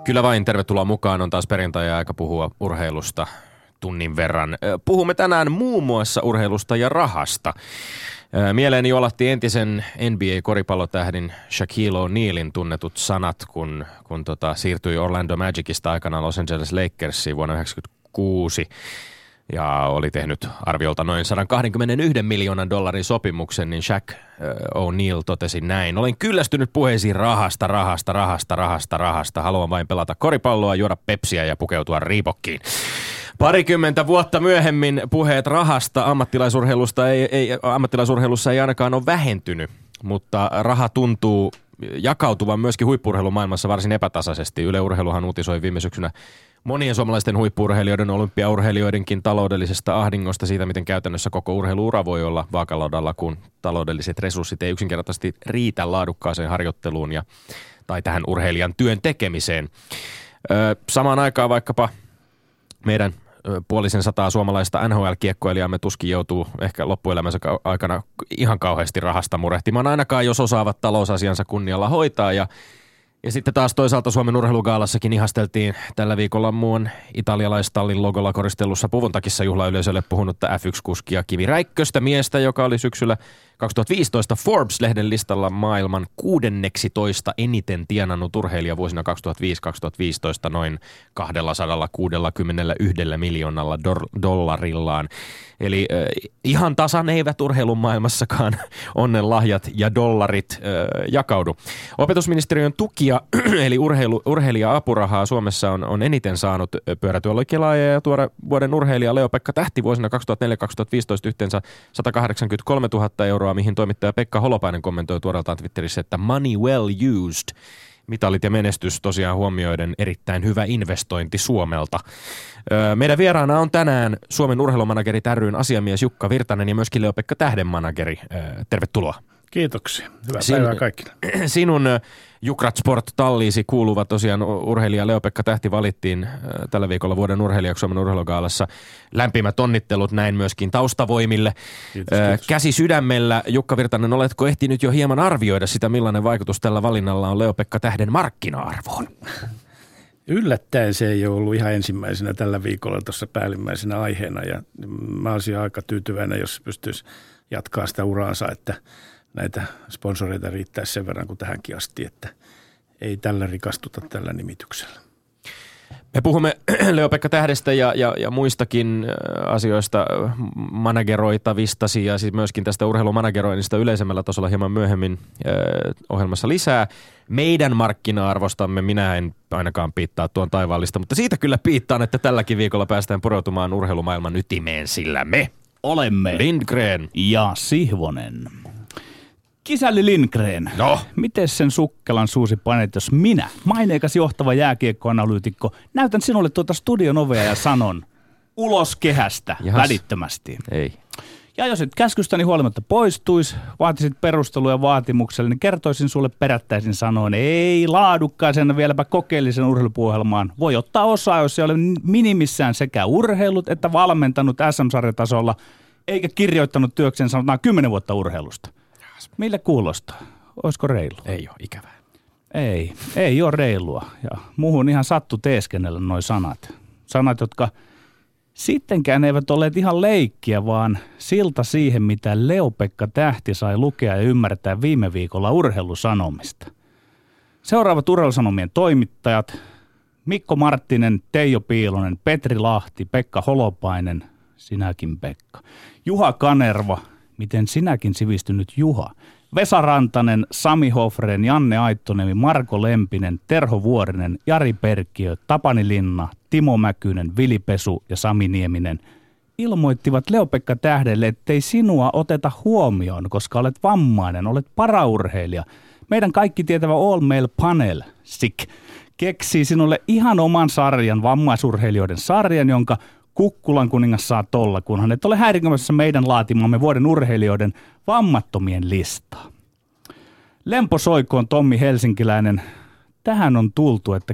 Kyllä vain, tervetuloa mukaan. On taas perjantai ja aika puhua urheilusta tunnin verran. Puhumme tänään muun muassa urheilusta ja rahasta. Mieleeni jolahti entisen NBA-koripallotähdin Shaquille O'Nealin tunnetut sanat, kun siirtyi Orlando Magicista aikanaan Los Angeles Lakersiin vuonna 1996 ja oli tehnyt arviolta noin $121 miljoonan sopimuksen, niin Shaq O'Neal totesi näin: olen kyllästynyt puheisiin rahasta. Haluan vain pelata koripalloa, juoda pepsiä ja pukeutua Reebokkiin. Parikymmentä vuotta myöhemmin puheet rahasta ammattilaisurheilussa ei ainakaan ole vähentynyt, mutta raha tuntuu jakautuvan myöskin huippu-urheilumaailmassa varsin epätasaisesti. Yle Urheiluhan uutisoi viime syksynä monien suomalaisten huippu-urheilijoiden, olympiaurheilijoidenkin taloudellisesta ahdingosta, siitä miten käytännössä koko urheiluura voi olla vaakalaudalla, kun taloudelliset resurssit ei yksinkertaisesti riitä laadukkaaseen harjoitteluun tai tähän urheilijan työn tekemiseen. Samaan aikaan vaikkapa meidän puolisen 100 suomalaista NHL-kiekkoilijaamme tuskin joutuu ehkä loppuelämänsä aikana ihan kauheasti rahasta murehtimaan, ainakaan jos osaavat talousasiansa kunnialla hoitaa. Ja sitten taas toisaalta Suomen urheilugaalassakin ihasteltiin tällä viikolla muun italialaistallin logolla koristellussa puvuntakissa juhlayleisölle puhunutta F1-kuskia Kimi Räikköstä, miestä, joka oli syksyllä 2015 Forbes-lehden listalla maailman 16 eniten tienannut urheilija vuosina 2005-2015 noin $261 miljoonalla. Eli ihan tasan eivät urheilun maailmassakaan onnenlahjat ja dollarit jakaudu. Opetusministeriön tukia eli urheilija-apurahaa Suomessa on eniten saanut pyörätyölukilaaja ja tuore vuoden urheilija Leo-Pekka Tähti vuosina 2004-2015 yhteensä 183 000 euroa, mihin toimittaja Pekka Holopainen kommentoi tuoreeltaan Twitterissä, että money well used. Mitalit ja menestys tosiaan huomioiden erittäin hyvä investointi Suomelta. Meidän vieraana on tänään Suomen urheilumanageri ryn asiamies Jukka Virtanen ja myöskin Leo-Pekka Tähden manageri. Tervetuloa. Kiitoksia. Hyvää päivää kaikille. Sinun Jukrat Sport-talliisi kuuluva tosiaan urheilija Leo-Pekka Tähti valittiin tällä viikolla vuoden urheilijaksi Suomen urheilugaalassa. Lämpimät onnittelut näin myöskin taustavoimille. Kiitos. Käsi sydämellä, Jukka Virtanen, oletko ehtinyt jo hieman arvioida sitä, millainen vaikutus tällä valinnalla on Leo-Pekka Tähden markkina-arvoon? Yllättäen se ei ole ollut ihan ensimmäisenä tällä viikolla tuossa päällimmäisenä aiheena, ja mä olisin aika tyytyväinen, jos pystyisi jatkaa sitä uraansa, että näitä sponsoreita riittäisi sen verran kuin tähänkin asti, että ei tällä rikastuta tällä nimityksellä. Me puhumme Leo-Pekka Tähdestä ja muistakin asioista manageroitavistasi ja siis myöskin tästä urheilumanageroinnista yleisemmällä tasolla hieman myöhemmin ohjelmassa lisää. Meidän markkina-arvostamme minä en ainakaan piittaa tuon taivaallista, mutta siitä kyllä piittaan, että tälläkin viikolla päästään pureutumaan urheilumaailman ytimeen, sillä me olemme Lindgren ja Sihvonen. Kisälli Lindgren, miten sen sukkelan suusi panet, jos minä, maineikas johtava jääkiekkoanalyytikko, näytän sinulle tuota studion ovea ja sanon ulos kehästä välittömästi. Ei. Ja jos et käskystäni huolimatta poistuisi, vaatisit perusteluja vaatimukselle, niin kertoisin sulle perättäisin sanoen, ei laadukkaisen vieläpä kokeellisen urheilupuohjelmaan voi ottaa osaa, jos ei ole minimissään sekä urheilut että valmentanut SM-sarjatasolla, eikä kirjoittanut työkseen sanotaan 10 vuotta urheilusta. Mille kuulostaa? Olisiko reilu? Ei ole, ikävää. Ei ole reilua. Ja muuhun ihan sattu teeskennellä noi sanat. Sanat, jotka sittenkään eivät olleet ihan leikkiä, vaan silta siihen, mitä Leo-Pekka Tähti sai lukea ja ymmärtää viime viikolla Urheilusanomista. Seuraavat Urheilusanomien toimittajat: Mikko Marttinen, Teijo Piilonen, Petri Lahti, Pekka Holopainen, sinäkin Pekka, Juha Kanerva, miten sinäkin sivistynyt Juha, Vesa Rantanen, Sami Hofren, Janne Aittoniemi, Marko Lempinen, Terho Vuorinen, Jari Perkkiö, Tapani Linna, Timo Mäkynen, Vili Pesu ja Sami Nieminen ilmoittivat Leo-Pekka Tähdelle, ettei sinua oteta huomioon, koska olet vammainen, olet paraurheilija. Meidän kaikki tietävä All Male Panel, SIK, keksii sinulle ihan oman sarjan, vammaisurheilijoiden sarjan, jonka Kukkulan kuningas saa tolla, kunhan et ole häirikömässä meidän laatimamme vuoden urheilijoiden vammattomien listaa. Lempo soikoon Tommi Helsinkiläinen. Tähän on tultu, että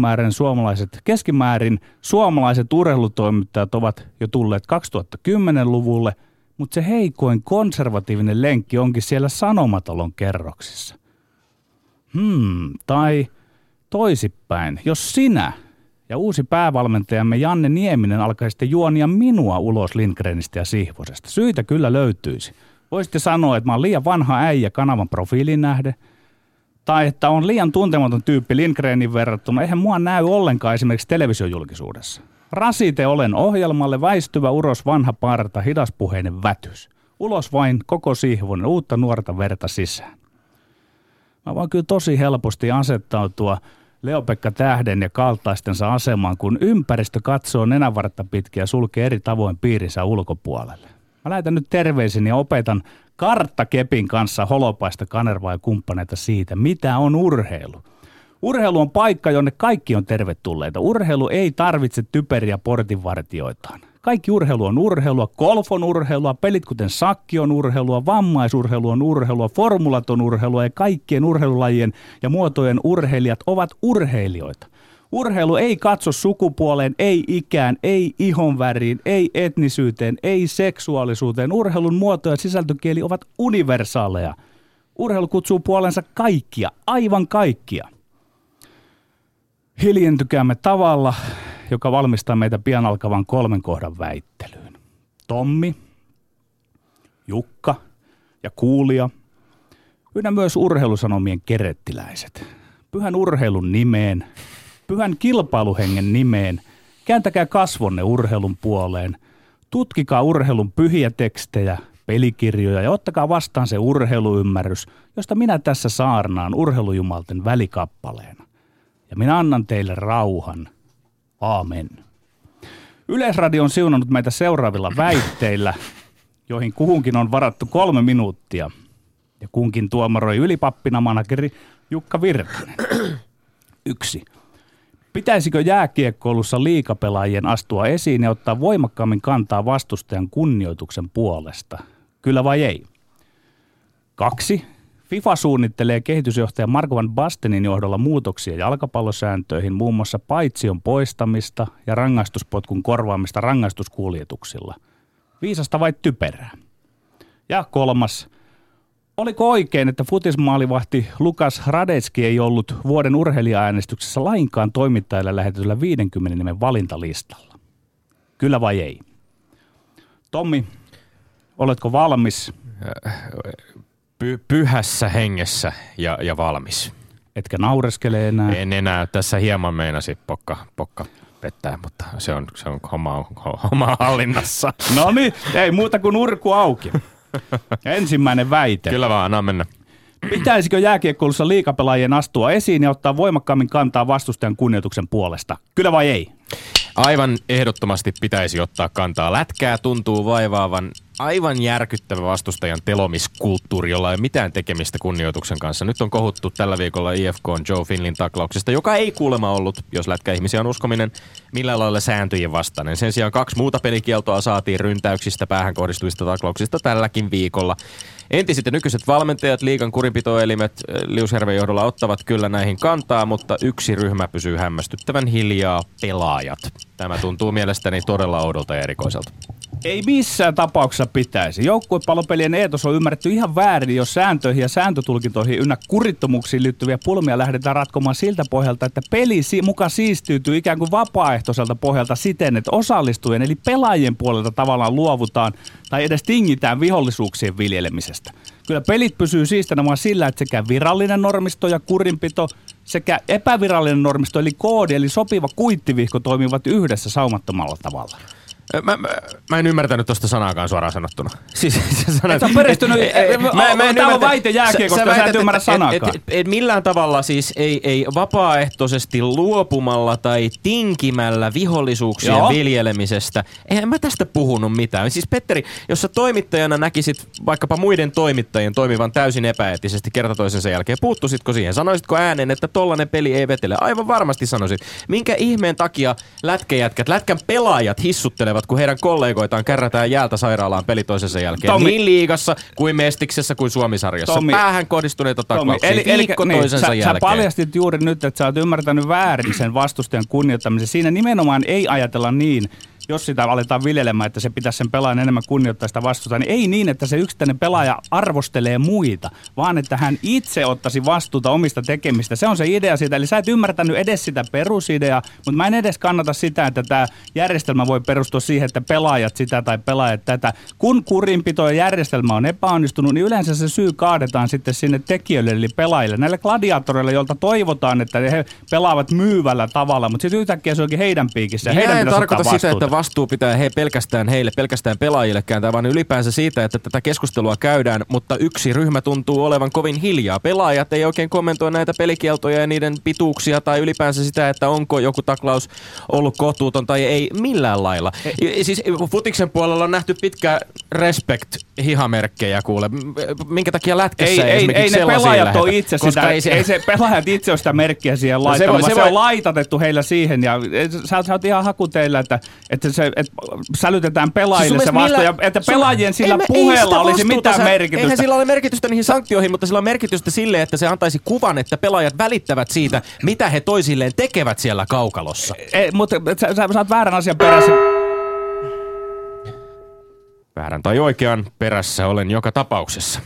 keskimäärin suomalaiset urheilutoimittajat ovat jo tulleet 2010-luvulle, mutta se heikoin konservatiivinen lenkki onkin siellä Sanomatalon kerroksissa. Tai toisipäin. Jos sinä ja uusi päävalmentajamme Janne Nieminen alkaisitte juonia minua ulos Lindgrenistä ja Sihvosesta, syitä kyllä löytyisi. Voisitte sanoa, että mä oon liian vanha äijä kanavan profiilin nähden, tai että on liian tuntematon tyyppi Lindgrenin verrattuna. Eihän mua näy ollenkaan esimerkiksi televisiojulkisuudessa. Rasite olen ohjelmalle, väistyvä uros, vanha parta, hidaspuheinen vätys. Ulos vain koko Sihvonen, uutta nuorta verta sisään. Mä voin kyllä tosi helposti asettautua Leo-Pekka Tähden ja kaltaistensa asemaan, kun ympäristö katsoo nenänvartta pitkin ja sulkee eri tavoin piirinsä ulkopuolelle. Mä lähetän nyt terveisin ja opetan karttakepin kanssa Holopaista, Kanervaa ja kumppaneita siitä, mitä on urheilu. Urheilu on paikka, jonne kaikki on tervetulleita. Urheilu ei tarvitse typeriä portinvartijoitaan. Kaikki urheilu on urheilua, golf on urheilua, pelit kuten sakki on urheilua, vammaisurheilu on urheilua, formulat on urheilua ja kaikkien urheilulajien ja muotojen urheilijat ovat urheilijoita. Urheilu ei katso sukupuoleen, ei ikään, ei ihonväriin, ei etnisyyteen, ei seksuaalisuuteen. Urheilun muoto ja sisältökieli ovat universaaleja. Urheilu kutsuu puolensa kaikkia, aivan kaikkia. Hiljentykäämme tavalla, joka valmistaa meitä pian alkavan 3 kohdan väittelyyn. Tommi, Jukka ja kuulija, ynnä myös urheilusanomien kerettiläiset. Pyhän urheilun nimeen, pyhän kilpailuhengen nimeen, kääntäkää kasvonne urheilun puoleen, tutkikaa urheilun pyhiä tekstejä, pelikirjoja ja ottakaa vastaan se urheiluymmärrys, josta minä tässä saarnaan urheilujumalten välikappaleena. Ja minä annan teille rauhan. Aamen. Yleisradio on siunannut meitä seuraavilla väitteillä, joihin kuhunkin on varattu 3 minuuttia. Ja kunkin tuomaroi ylipappina manageri Jukka Virtanen. 1. Pitäisikö jääkiekkoilussa liigapelaajien astua esiin ja ottaa voimakkaammin kantaa vastustajan kunnioituksen puolesta? Kyllä vai ei? 2. FIFA suunnittelee kehitysjohtaja Marco van Bastenin johdolla muutoksia jalkapallosääntöihin, muun muassa paitsion poistamista ja rangaistuspotkun korvaamista rangaistuskuljetuksilla. Viisasta vai typerää? Ja 3. Oliko oikein, että futismaalivahti Lukas Radetski ei ollut vuoden urheilija-äänestyksessä lainkaan toimittajille lähetetyllä 50 nimen valintalistalla? Kyllä vai ei? Tommi, oletko valmis? Pyhässä hengessä ja valmis. Etkä naureskele enää? En enää. Tässä hieman meinasi pokka pettää, mutta se on homma hallinnassa. No niin, ei muuta kuin urku auki. Ensimmäinen väite. Kyllä vaan, anna mennä. Pitäisikö jääkiekkoilussa liigapelaajien astua esiin ja ottaa voimakkaammin kantaa vastustajan kunnioituksen puolesta? Kyllä vai ei? Aivan ehdottomasti pitäisi ottaa kantaa. Lätkää tuntuu vaivaavan aivan järkyttävä vastustajan telomiskulttuuri, jolla ei ole mitään tekemistä kunnioituksen kanssa. Nyt on kohuttu tällä viikolla IFK:n Joe Finlin taklauksesta, joka ei kuulemma ollut, jos lätkäihmisiä on uskominen, millään lailla sääntöjen vastainen. Sen sijaan 2 muuta pelikieltoa saatiin ryntäyksistä päähän kohdistuvista taklauksista tälläkin viikolla. Entiset ja nykyiset valmentajat, liigan kurinpitoelimet Liusjärven johdolla ottavat kyllä näihin kantaa, mutta yksi ryhmä pysyy hämmästyttävän hiljaa: pelaajat. Tämä tuntuu mielestäni todella oudolta ja erikoiselta. Ei missään tapauksessa pitäisi. Joukkuepallopelien eetos on ymmärretty ihan väärin, jos sääntöihin ja sääntötulkintoihin ynnä kurittomuuksiin liittyviä pulmia lähdetään ratkomaan siltä pohjalta, että peli muka siistyytyy ikään kuin vapaaehtoiselta pohjalta siten, että osallistujien eli pelaajien puolelta tavallaan luovutaan tai edes tingitään vihollisuuksien viljelemisestä. Kyllä pelit pysyy siistänä vaan sillä, että sekä virallinen normisto ja kurinpito sekä epävirallinen normisto eli koodi eli sopiva kuittivihko toimivat yhdessä saumattomalla tavalla. Mä en ymmärtänyt tuosta sanaakaan suoraan sanottuna. Siis et sä perehtynyt, tämä on väite jääkiekosta, sä et ymmärrä sanaakaan. Et millään tavalla siis ei vapaaehtoisesti luopumalla tai tinkimällä vihollisuuksien viljelemisestä. Eihän mä tästä puhunut mitään. Siis Petteri, jos sä toimittajana näkisit vaikkapa muiden toimittajien toimivan täysin epäeettisesti kerta toisensa jälkeen, puuttusitko siihen? Sanoisitko ääneen, että tollainen peli ei vetele? Aivan varmasti sanoisit. Minkä ihmeen takia lätkän pelaajat hissuttelevat, kun heidän kollegoitaan kärrätään jäältä sairaalaan peli toisensa jälkeen. Tommi, niin liigassa kuin Mestiksessä kuin Suomi-sarjassa. Päähän kohdistuneita taklauksia viikko toisensa jälkeen. Sä paljastit juuri nyt, että sä oot ymmärtänyt väärin sen vastustajan kunnioittamisen. Siinä nimenomaan ei ajatella niin, jos sitä aletaan viljelemään, että se pitäisi sen pelaajan enemmän kunnioittaa sitä vastuuta, niin ei niin, että se yksittäinen pelaaja arvostelee muita, vaan että hän itse ottaisi vastuuta omista tekemistä. Se on se idea siitä. Eli sä et ymmärtänyt edes sitä perusideaa, mutta mä en edes kannata sitä, että tämä järjestelmä voi perustua siihen, että pelaajat sitä tai pelaajat tätä. Kun kurinpito ja järjestelmä on epäonnistunut, niin yleensä se syy kaadetaan sitten sinne tekijöille, eli pelaajille, näille gladiaattoreille, joilta toivotaan, että he pelaavat myyvällä tavalla, mutta sitten yhtäkkiä se onkin heidän piikissä. Minä en tarkoita sitä, että vastuu pitää pelkästään pelaajille kääntää, vaan ylipäänsä siitä, että tätä keskustelua käydään, mutta yksi ryhmä tuntuu olevan kovin hiljaa. Pelaajat ei oikein kommentoi näitä pelikieltoja ja niiden pituuksia tai ylipäänsä sitä, että onko joku taklaus ollut kohtuuton tai ei millään lailla. Siis futiksen puolella on nähty pitkä respect-hihamerkkejä kuule. Minkä takia lätkässä ei esimerkiksi ne pelaajat ole itse sitä, ei se pelaajat itse ole sitä merkkiä siihen laittamaan. Se on laitatettu heillä siihen ja sä oot ihan hakuteillä, että sälytetään pelaajille se vastuu ja että pelaajien sillä puheella olisi mitään merkitystä. Eihän sillä ole merkitystä niihin sanktioihin, mutta sillä on merkitystä sille, että se antaisi kuvan, että pelaajat välittävät siitä, mitä he toisilleen tekevät siellä kaukalossa. Mutta sä oot väärän asian perässä. Väärän tai oikean perässä olen joka tapauksessa.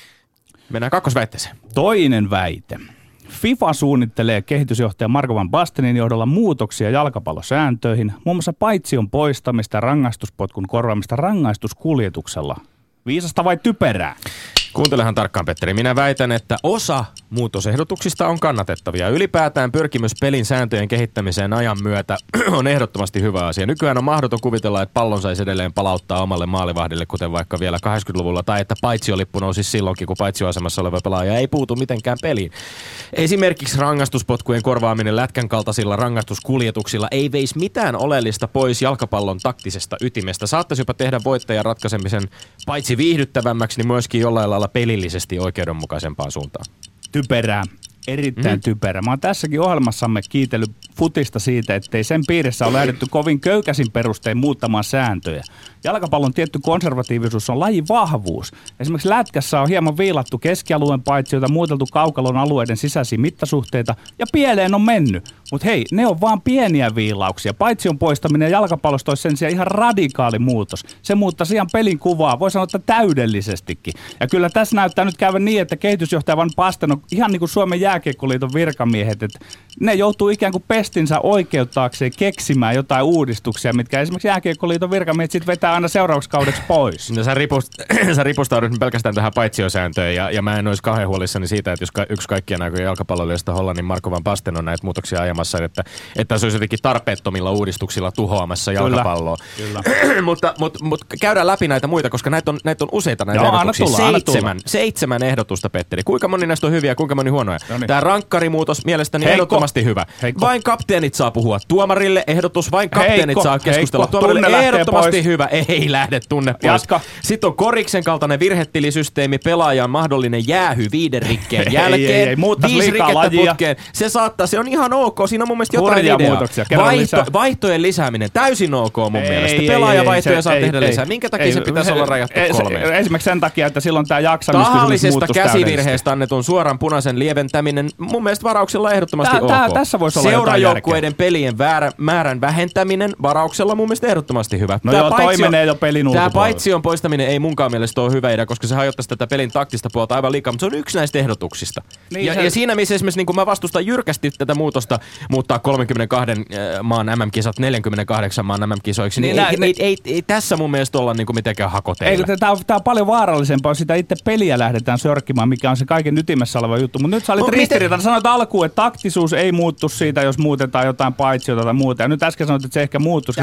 Mennään kakkosväitteeseen. Toinen väite. FIFA suunnittelee kehitysjohtaja Marco van Bastenin johdolla muutoksia jalkapallosääntöihin, muun muassa paitsion poistamista ja rangaistuspotkun korvaamista rangaistuskuljetuksella. Viisasta vai typerää? Kuuntelehan tarkkaan, Petteri. Minä väitän, että osa muutosehdotuksista on kannatettavia. Ylipäätään pyrkimys pelin sääntöjen kehittämiseen ajan myötä on ehdottomasti hyvä asia. Nykyään on mahdoton kuvitella, että pallon saisi edelleen palauttaa omalle maalivahdille, kuten vaikka vielä 80-luvulla, tai että paitsiolippu nousisi silloinkin, kun paitsioasemassa oleva pelaaja ei puutu mitenkään peliin. Esimerkiksi rangaistuspotkujen korvaaminen lätkän kaltaisilla rangaistuskuljetuksilla ei veisi mitään oleellista pois jalkapallon taktisesta ytimestä. Saattaisi jopa tehdä voittajan ratkaisemisen paitsi viihdyttävämmäksi, niin myöskin jollain lailla pelillisesti oikeudenmukaisempaan suuntaan. Typerää. Erittäin typerä. Mä oon tässäkin ohjelmassamme kiitellyt futista siitä, ettei sen piirissä ole lähdetty kovin köykäisin perustein muuttamaan sääntöjä. Jalkapallon tietty konservatiivisuus on lajin vahvuus. Esimerkiksi lätkässä on hieman viilattu keskialueen paitsioita, muuteltu kaukalon alueiden sisäisiä mittasuhteita ja pieleen on mennyt. Mutta hei, ne on vaan pieniä viilauksia. Paitsion poistaminen jalkapallosta olisi sen sijaan ihan radikaali muutos. Se muuttaisi ihan pelin kuvaa, voi sanoa, että täydellisestikin. Ja kyllä tässä näyttää nyt käyvän niin, että kehitysjohtaja Van Basten on ihan niin kuin Suomen jääkiekkoliiton virkamiehet, että ne joutuu ikään kuin pestinsä oikeuttaakseen keksimään jotain uudistuksia, mitkä esimerkiksi jääkiekkoliiton virkamiehet sitten vetää aina seuraavaksi kaudeksi pois. No sä ripustaudut pelkästään tähän paitsiossääntöön ja mä en olisi kauhean huolissani siitä, että jos yksi kaikkien aikojen jalkapalloilijoista Hollannin Marco van Basten on näitä muutoksia ajamassa, että se olisi jotenkin tarpeettomilla uudistuksilla tuhoamassa jalkapalloa. Kyllä. mutta käydään läpi näitä muita, koska näitä on useita näitä ehdotuksia. Seitsemän ehdotusta, Petteri. Kuinka moni näistä on hyviä ja kuinka moni huonoja? Tämä rankkarimuutos mielestäni ehdottomasti hyvä. Heikko. Vain kapteenit saa puhua. Tuomarille ehdotus, vain kapteenit saa keskustella. Tuomarille ehdottomasti hyvä. Ei lähde tunne pois. Jatka. Sitten on koriksen kaltainen virhetilisysteemi, pelaajan mahdollinen jäähy 5 rikkeen jälkeen. Ei, 5 rikettä putkeen. Se on ihan ok. Siinä on mun mielestä jotain ideaa. Vaihtojen lisääminen, täysin ok mun mielestä. Pelaajavaihtoja saa tehdä lisää. Minkä takia se pitäisi olla rajattu 3? Esimerkiksi sen takia, että silloin tämä jaksamiskysymys tahallisesta muuttuisi käsivirheestä annetun suoran punaisen lieventäminen, mun mielestä varauksella ehdottomasti ok. Tässä voisi olla seurajoukkueiden pelien määrän vähentäminen varauksella mun mielestä ehdottomasti hyvä. No toi menee jo pelin ulkopuolelle. Tämä paitsion poistaminen ei munkaan mielestä ole hyvä idea, koska se hajottaisi tätä pelin taktista puolta aivan liikaa, mutta se on yksi näistä ehdotuksista. Niin ja siinä missä esimerkiksi niin kun mä vastustan jyrkästi tätä muutosta muuttaa 32 maan MM-kisat 48 maan MM-kisoiksi, niin ei tässä mun mielestä olla niin mitenkään hakoteilla. Tämä on paljon vaarallisempaa, jos sitä itse peliä lähdetään sörkkimään, mikä on se kaiken ytimessä oleva juttu. Mutta nyt sä olit ristiriitainen. Sanoit alkuun, että taktisuus ei muuttu siitä, jos muutetaan jotain paitsiota tai muuta. Ja nyt äsken sanoit, että se ehkä muuttuisi.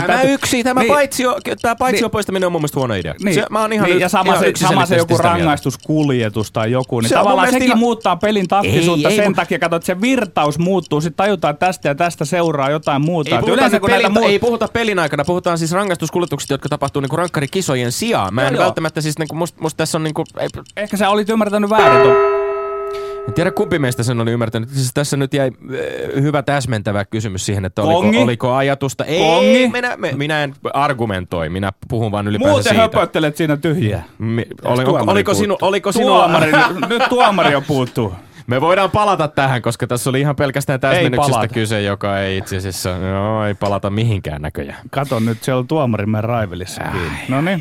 Tämä paitsio poistaminen on mun mielestä huono idea. Niin, mä oon ihan ja sama se joku rangaistuskuljetus tai joku. Niin tavallaan sekin muuttaa pelin taktisuutta sen takia, katsot, että se virtaus muuttuu. Sitten tajutaan, että tästä ja tästä seuraa jotain muuta. Ei puhuta pelin aikana, puhutaan siis rangaistuskuljetuksista, jotka tapahtuu niinku rankkarikisojen sijaan. Mä en välttämättä siis, niinku, musta tässä on niinku... Ehkä sä olit ymmärtänyt väärin. En tiedä, kumpi meistä sen oli ymmärtänyt. Siis tässä nyt jäi hyvä täsmentävä kysymys siihen, että oliko ajatusta. Ei, minä en argumentoi, minä puhun vaan ylipäänsä muuten siitä. Muuten höpöttelet siinä tyhjää. Oliko sinulla... Nyt tuomari on puuttuu. Me voidaan palata tähän, koska tässä oli ihan pelkästään täsmennyksestä kyse, joka ei itse asiassa, ei palata mihinkään näköjään. Kato nyt, siellä on tuomarimme raivelissa kiinni. No niin.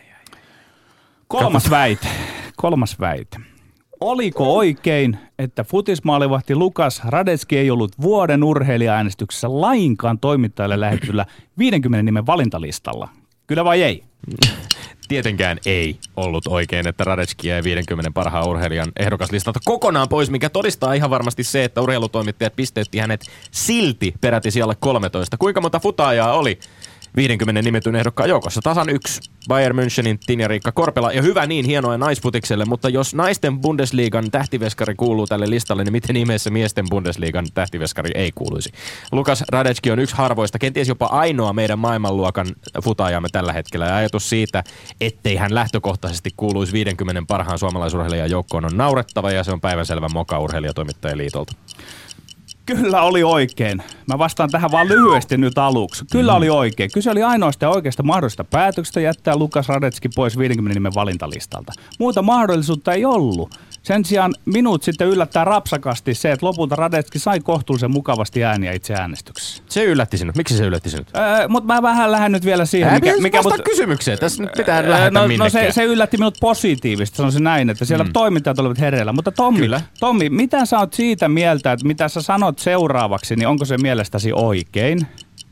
Kolmas väite. Oliko oikein, että futismaalivahti Lukas Hradecki ei ollut vuoden urheilija-äänestyksessä lainkaan toimittajalle lähetetyllä 50 nimen valintalistalla? Kyllä vai ei? Tietenkään ei ollut oikein, että Hradecki jäi 50 parhaan urheilijan ehdokaslistalta kokonaan pois, mikä todistaa ihan varmasti se, että urheilutoimittajat pisteytti hänet silti peräti sijalle 13. Kuinka monta futaajaa oli 50 nimetyn ehdokkaan joukossa? Tasan 1. Bayern Münchenin Tinja-Riikka Korpela. Ja hyvä niin, hienoa naisfutikselle, mutta jos naisten Bundesliigan tähtiveskari kuuluu tälle listalle, niin miten ihmeessä miesten Bundesliigan tähtiveskari ei kuuluisi? Lukas Hradecki on yksi harvoista, kenties jopa ainoa meidän maailmanluokan futaajamme tällä hetkellä. Ja ajatus siitä, ettei hän lähtökohtaisesti kuuluisi 50 parhaan suomalaisurheilijan joukkoon on naurettava, ja se on päivänselvä moka urheilijatoimittajien liitolta. Kyllä oli oikein. Mä vastaan tähän vaan lyhyesti nyt aluksi. Kyllä oli oikein. Kyse oli ainoasta ja oikeasta mahdollisesta päätöksestä jättää Lukas Hradecki pois 50 nimen valintalistalta. Muuta mahdollisuutta ei ollut. Sen sijaan minut sitten yllättää rapsakasti se, että lopulta Hradecki sai kohtuullisen mukavasti ääniä itse äänestyksessä. Se yllätti sinut. Miksi se yllätti sinut? Mutta mä vähän lähden nyt vielä siihen. Vastaa kysymykseen. Tässä nyt pitää lähettää minnekään. No se yllätti minut positiivisesti, sanoisin näin, että siellä toimittajat olivat hereillä. Mutta Tommi, mitä sä oot siitä mieltä, että mitä sä sanot seuraavaksi, niin onko se mielestäsi oikein?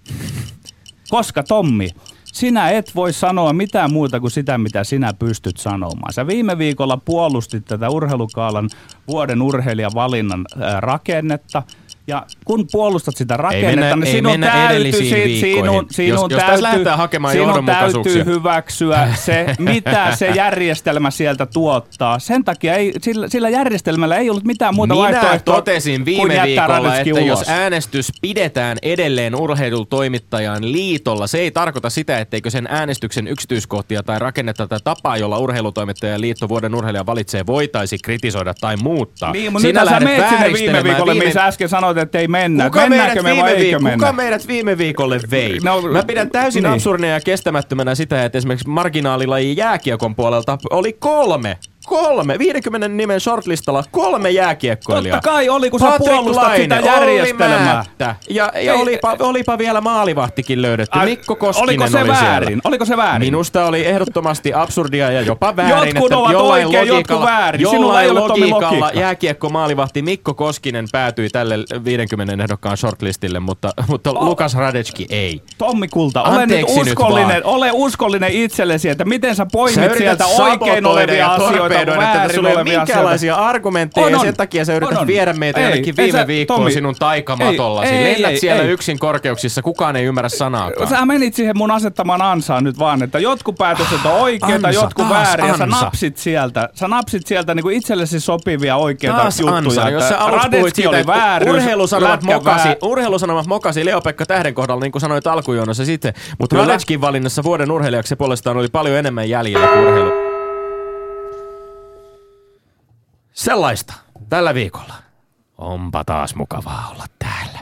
Koska Tommi, sinä et voi sanoa mitään muuta kuin sitä, mitä sinä pystyt sanomaan. Sä viime viikolla puolustit tätä urheilukaalan vuoden urheilijavalinnan rakennetta. Ja kun puolustat sitä rakennetta, niin sinun täytyy hyväksyä se, mitä se järjestelmä sieltä tuottaa. Sen takia sillä järjestelmällä ei ollut mitään muuta vaihtoehtoa. Minä totesin viime viikolla, että jos äänestys pidetään edelleen urheilutoimittajan liitolla, se ei tarkoita sitä, etteikö sen äänestyksen yksityiskohtia tai rakennetta tai tapaa, jolla urheilutoimittajan liitto vuoden urheilijan valitsee, voitaisi kritisoida tai muuttaa. Niin, mutta nyt sä menet sinne viime viikolle, missä äsken sanoit, että ei mennä. Kuka meidät viime viikolle vei? No, mä pidän täysin absurdina ja kestämättömänä sitä, että esimerkiksi marginaalilajin jääkiekon puolelta oli 50 nimen shortlistalla 3 jääkiekkoilijaa. Totta kai oli, kun sä puolustat sitä järjestelmää. Ja olipa vielä maalivahtikin löydetty. Mikko Koskinen oli siellä. Oliko se väärin? Minusta oli ehdottomasti absurdia ja jopa väärin, jotkut että jollain logiikalla jääkiekko maalivahti Mikko Koskinen päätyi tälle 50 ehdokkaan shortlistille, mutta Lukas Hradecki ei. Tommi Kulta, ole uskollinen itsellesi, että miten sä poimit sieltä oikein olevia asioita. Että tässä oli minkälaisia argumentteja ja sen takia sä yrität viedä meitä jonnekin viime viikkoon sinun taikamatollasi. Lennät siellä yksin korkeuksissa, kukaan ei ymmärrä sanaakaan. Sä menit siihen mun asettamaan ansaan nyt vaan, että jotkut päätökset on oikeita, jotkut väärin. Sä napsit sieltä niin kuin itsellesi sopivia oikeita juttuja. Jos sä aluksi puhuit siitä, että urheilusanomat mokasi Leo-Pekka Tähden kohdalla, niin kuin sanoit alkujonossa sitten. Mutta Hradeckin valinnassa vuoden urheilijaksi puolestaan oli paljon enemmän jäljellä kuin urheilu. Sellaista tällä viikolla. Onpa taas mukavaa olla täällä.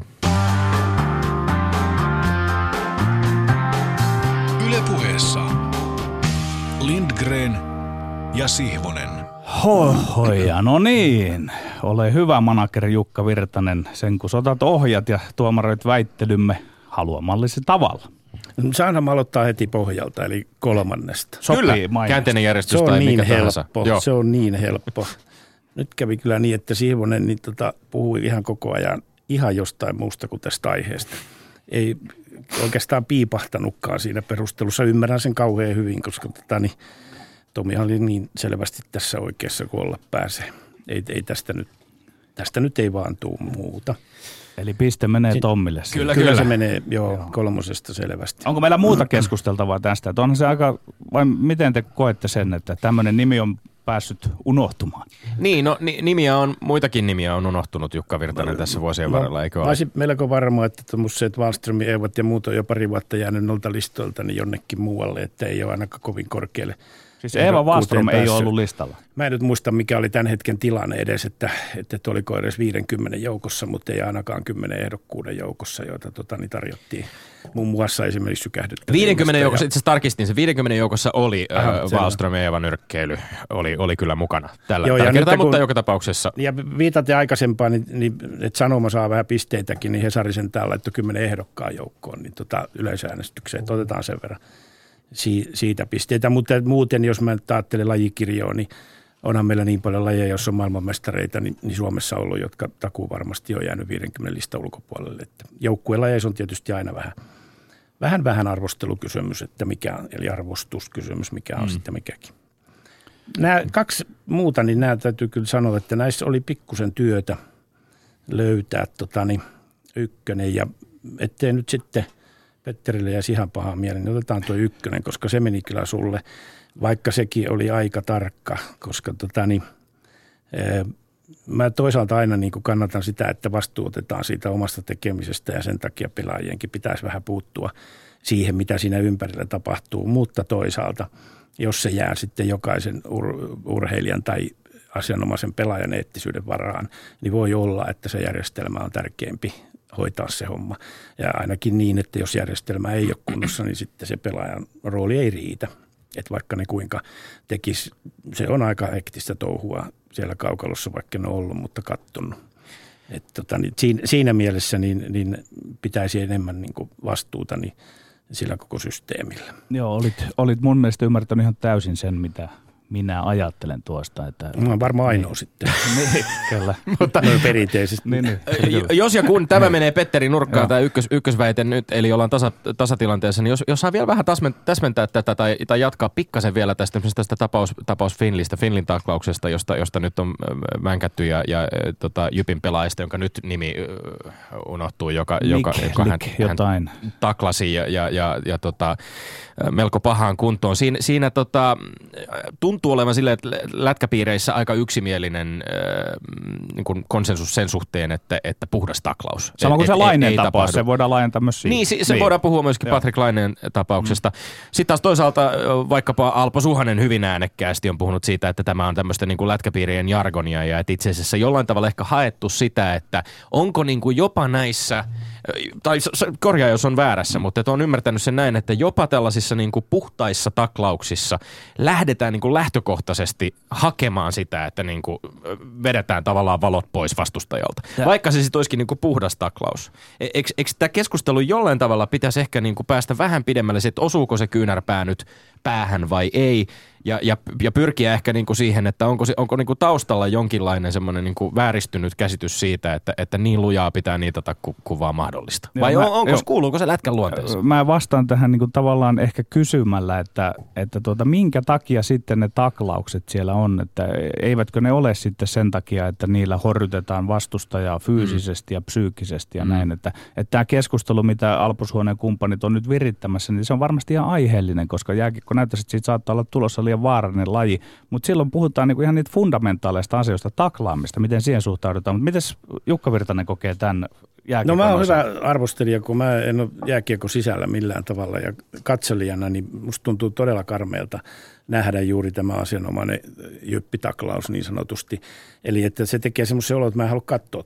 Yle Puheessa Lindgren ja Sihvonen. Hohoja, no niin. Ole hyvä manageri Jukka Virtanen, sen kun otat ohjat ja tuomaroit väittelymme haluamallisi tavalla. Saanhan aloittaa heti pohjalta, eli 3. Kyllä, käänteinen järjestys tai mikä tahansa. Se on niin helppo. Nyt kävi kyllä niin, että Sihvonen niin puhui ihan koko ajan ihan jostain muusta kuin tästä aiheesta. Ei oikeastaan piipahtanutkaan siinä perustelussa. Ymmärrän sen kauhean hyvin, koska Tomihan oli niin selvästi tässä oikeassa kuin olla pääsee. Ei tästä nyt ei vaan tule muuta. Eli piste menee Tommille. Kyllä se menee, joo, 3 selvästi. Onko meillä muuta keskusteltavaa tästä? Että onhan se aika, vai miten te koette sen, että tämmöinen nimi on päässyt unohtumaan? Niin, no muitakin nimiä on unohtunut Jukka Virtanen tässä vuosien varrella, eikö ole? Olisin melko varma, että tuommoiset Wallström, Eevat ja muut on jo pari vuotta jäänyt noilta listoilta niin jonnekin muualle, että ei ole ainakaan kovin korkealle. Siis Eeva Wallström ei ole ollut listalla? Mä en nyt muista, mikä oli tämän hetken tilanne edes, että oliko edes 50 joukossa, mutta ei ainakaan 10 ehdokkuuden joukossa, joita tarjottiin. Muun muassa esimerkiksi sykähdyttäviä. 50 joukossa, itse asiassa tarkistin, se 50 joukossa oli Wallström ja Eeva nyrkkeily, oli oli kyllä mukana tällä Joo, kertaa, mutta joka tapauksessa. Ja viitaten aikaisempaan, niin että Sanoma saa vähän pisteitäkin, niin Hesari sentään laittoi 10 ehdokkaan joukkoon, niin yleisäänestykseen, että otetaan sen verran siitä pisteitä. Mutta muuten, jos mä ajattelen lajikirjoa, niin onhan meillä niin paljon lajeja, jos on maailmanmestareita, niin Suomessa on ollut, jotka takuu varmasti on jäänyt 50 listan ulkopuolelle. Joukkuelajeissa on tietysti aina vähän arvostelukysymys, että mikä, eli arvostuskysymys, mikä on sitten mikäkin. Nämä 2 muuta, niin nämä täytyy kyllä sanoa, että näissä oli pikkusen työtä löytää ykkönen, ja ettei nyt sitten Petterille jäisi ihan pahaa mieleen, niin otetaan tuo ykkönen, koska se meni kyllä sulle, vaikka sekin oli aika tarkka, koska mä toisaalta aina niin kuin kannatan sitä, että vastuu otetaan siitä omasta tekemisestä ja sen takia pelaajienkin pitäisi vähän puuttua siihen, mitä siinä ympärillä tapahtuu, mutta toisaalta, jos se jää sitten jokaisen urheilijan tai asianomaisen pelaajan eettisyyden varaan, niin voi olla, että se järjestelmä on tärkeämpi hoitaa se homma. Ja ainakin niin, että jos järjestelmä ei ole kunnossa, niin sitten se pelaajan rooli ei riitä. Että vaikka ne kuinka tekisi, se on aika hektistä touhua siellä kaukalossa, vaikka ne on ollut, mutta kattonut. Siinä mielessä niin pitäisi enemmän niin kuin vastuuta niin sillä koko systeemillä. Joo, olit mun mielestä ymmärtänyt ihan täysin sen, mitä minä ajattelen tuosta. Että mä oon varmaan ainoa sitten. Niin, kyllä. Mutta perinteisesti. Niin. Jos ja kun tämä menee Petterin nurkkaan, tämä ykkösväite nyt, eli ollaan tasatilanteessa, niin jos saa vielä vähän täsmentää tätä tai jatkaa pikkasen vielä tästä tapaus Finlin taklauksesta, josta nyt on mänkätty ja Jypin pelaajista, jonka nyt nimi unohtuu, joka hän taklasi ja melko pahaan kuntoon. Siinä tuntuu olevan silleen, että lätkäpiireissä aika yksimielinen niin kuin konsensus sen suhteen, että puhdas taklaus. Sama kuin se Laineen tapaus, se voidaan laajentaa myös siihen. Niin, se voidaan puhua myöskin Patrik Laineen tapauksesta. Sitten taas toisaalta vaikkapa Alpo Suhanen hyvin äänekkäästi on puhunut siitä, että tämä on tämmöistä niin kuin lätkäpiirien jargonia ja että itse asiassa jollain tavalla ehkä haettu sitä, että onko niin kuin jopa näissä, tai korjaa jos on väärässä, mutta on ymmärtänyt sen näin, että jopa tällaisissa niin kuin puhtaissa taklauksissa lähdetään niin kuin lähtökohtaisesti hakemaan sitä, että niin kuin vedetään tavallaan valot pois vastustajalta. Vaikka se sitten olisikin niin kuin puhdas taklaus. Eikö tämä keskustelu jollain tavalla pitäisi ehkä niin kuin päästä vähän pidemmälle, että osuuko se kyynärpää nyt päähän vai ei, ja pyrkiä ehkä niin kuin siihen, että onko niin kuin taustalla jonkinlainen semmoinen niin kuin vääristynyt käsitys siitä, että niin lujaa pitää niitä kuin vaan mahdollista. Vai kuuluuko se lätkän luonteeseen? Mä vastaan tähän niin kuin tavallaan ehkä kysymällä, että minkä takia sitten ne taklaukset siellä on, että eivätkö ne ole sitten sen takia, että niillä horjutetaan vastustajaa fyysisesti ja psyykkisesti ja näin, että tämä keskustelu, mitä Alpo Suhonen kumppanit on nyt virittämässä, niin se on varmasti ihan aiheellinen, koska jääkiekko näyttäisi, että siitä saattaa olla tulossa liian vaarallinen laji, mutta silloin puhutaan niinku ihan niitä fundamentaaleista asioista, taklaamista, miten siihen suhtaudutaan. Mutta miten Jukka Virtanen kokee tämän jääkiekon? No mä oon hyvä arvostelija, kun mä en ole jääkiekko sisällä millään tavalla ja katselijana, niin musta tuntuu todella karmeelta nähdä juuri tämä asianomainen jyppitaklaus niin sanotusti. Eli että se tekee semmoisen olo, että mä en halua katsoa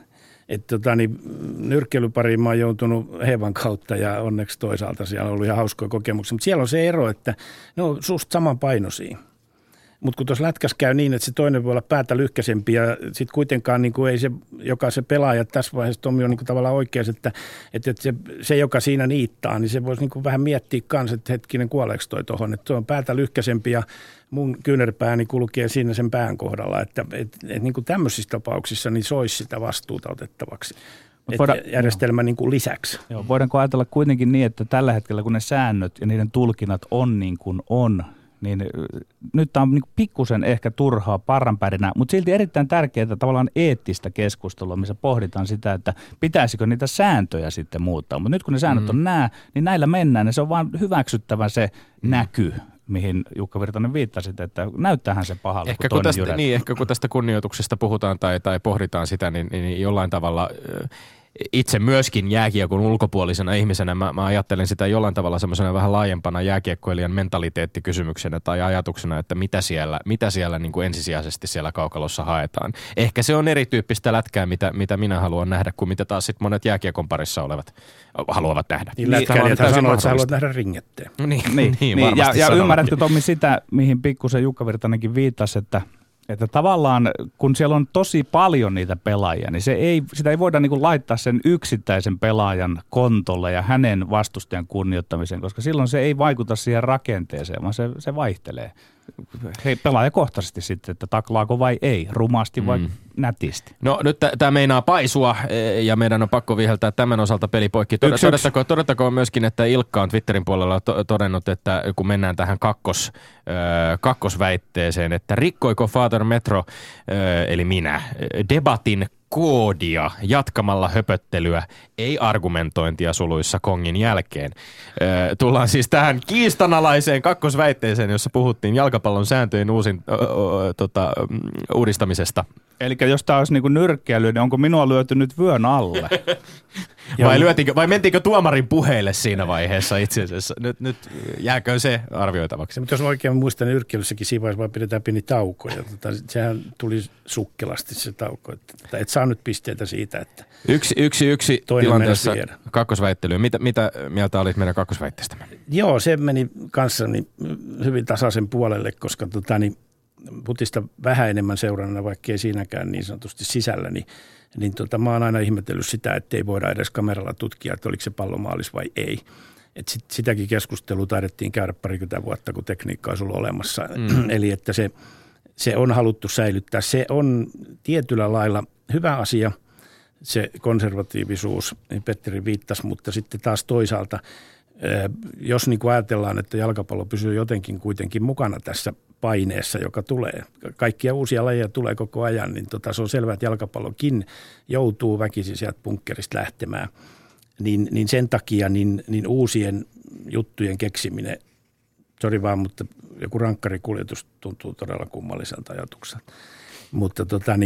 nyrkkeilypariin mä oon joutunut Hevan kautta ja onneksi toisaalta siellä on ollut ihan hauskoja kokemuksia. Mutta siellä on se ero, että ne on susta samanpainoisia. Mutta kun tuossa lätkässä käy niin, että se toinen voi olla päätä lyhkäisempi ja sitten kuitenkaan niin kuin ei se, joka se pelaaja tässä vaiheessa Tomi on niin kuin tavallaan oikeassa, että se, joka siinä niittaa, niin se voisi niin kuin vähän miettiä kanssa, että hetkinen kuoleeko toi tuohon, että se on päätä lyhkäisempi ja mun kyynärpääni kulkee siinä sen pään kohdalla, että niin kuin tämmöisissä tapauksissa niin se olisi sitä vastuuta otettavaksi. Järjestelmän niin kuin lisäksi. Joo, voidaanko ajatella kuitenkin niin, että tällä hetkellä kun ne säännöt ja niiden tulkinnat on niin kuin on, niin nyt tämä on niin pikkusen ehkä turhaa parranpärinä, mutta silti erittäin tärkeää tavallaan eettistä keskustelua, missä pohditaan sitä, että pitäisikö niitä sääntöjä sitten muuttaa. Mutta nyt kun ne säännöt on niin näillä mennään ja se on vaan hyväksyttävä se näky, mihin Jukka Virtanen viittasi, että näyttäähän se pahalle, ehkä kun tästä kunnioituksesta puhutaan tai pohditaan sitä, niin jollain tavalla itse myöskin jääkiekon ulkopuolisena ihmisenä mä ajattelen sitä jollain tavalla semmoisena vähän laajempana jääkiekkoilijan mentaliteettikysymyksenä tai ajatuksena, että mitä siellä niin kuin ensisijaisesti siellä kaukalossa haetaan. Ehkä se on erityyppistä lätkää, mitä minä haluan nähdä, kuin mitä taas sit monet jääkiekon parissa olevat haluavat nähdä. Niin lätkäilijäthän sanoo, että sä haluat nähdä ringetteen. Niin varmasti ja ymmärrätkö Tommi sitä, mihin pikkusen Jukka Virtanenkin viittasi, että tavallaan kun siellä on tosi paljon niitä pelaajia, niin sitä ei voida niin kuin laittaa sen yksittäisen pelaajan kontolle ja hänen vastustajan kunnioittamiseen, koska silloin se ei vaikuta siihen rakenteeseen, vaan se vaihtelee. Pelaajakohtaisesti sitten, että taklaako vai ei, rumasti vai nätisti. No nyt tämä meinaa paisua ja meidän on pakko viheltää tämän osalta pelipoikki. Todettakoon myöskin, että Ilkka on Twitterin puolella todennut, että kun mennään tähän kakkosväitteeseen, että rikkoiko Father Metro, eli minä, debatin koodia jatkamalla höpöttelyä, ei argumentointia suluissa kongin jälkeen. Tullaan siis tähän kiistanalaiseen kakkosväitteeseen, jossa puhuttiin jalkapallon sääntöjen uudistamisesta. Eli jos tämä olisi niin nyrkkeily, niin onko minua lyöty nyt vyön alle? Vai mentiinkö tuomarin puheille siinä vaiheessa itse asiassa? Nyt jääkö se arvioitavaksi? Mutta jos oikein muistan, niin nyrkkeilyssäkin siinä vaiheessa vaan pidetään pieni tauko. Ja sehän tuli sukkelasti se tauko. Että et saa nyt pisteitä siitä, että Yksi tilanteessa kakkosväittelyyn. Mitä mieltä olit meidän kakkosväitteestämme? Joo, se meni kanssani hyvin tasaisen puolelle, koska putista vähän enemmän seurannana, vaikka ei siinäkään niin sanotusti sisällä, niin mä oon aina ihmetellyt sitä, että ei voida edes kameralla tutkia, että oliko se pallo maalis vai ei. Et sitäkin keskustelua taidettiin käydä 20 vuotta, kun tekniikka olisi ollut olemassa. Eli että se on haluttu säilyttää. Se on tietyllä lailla hyvä asia, se konservatiivisuus, niin Petteri viittasi, mutta sitten taas toisaalta, jos niin kuin ajatellaan, että jalkapallo pysyy jotenkin kuitenkin mukana tässä paineessa, joka tulee. Kaikkia uusia lajeja tulee koko ajan, niin se on selvää, että jalkapallokin joutuu väkisin sieltä bunkkerista lähtemään. Niin sen takia niin uusien juttujen keksiminen, sori vaan, mutta joku rankkarikuljetus tuntuu todella kummalliselta ajatukselta. Mutta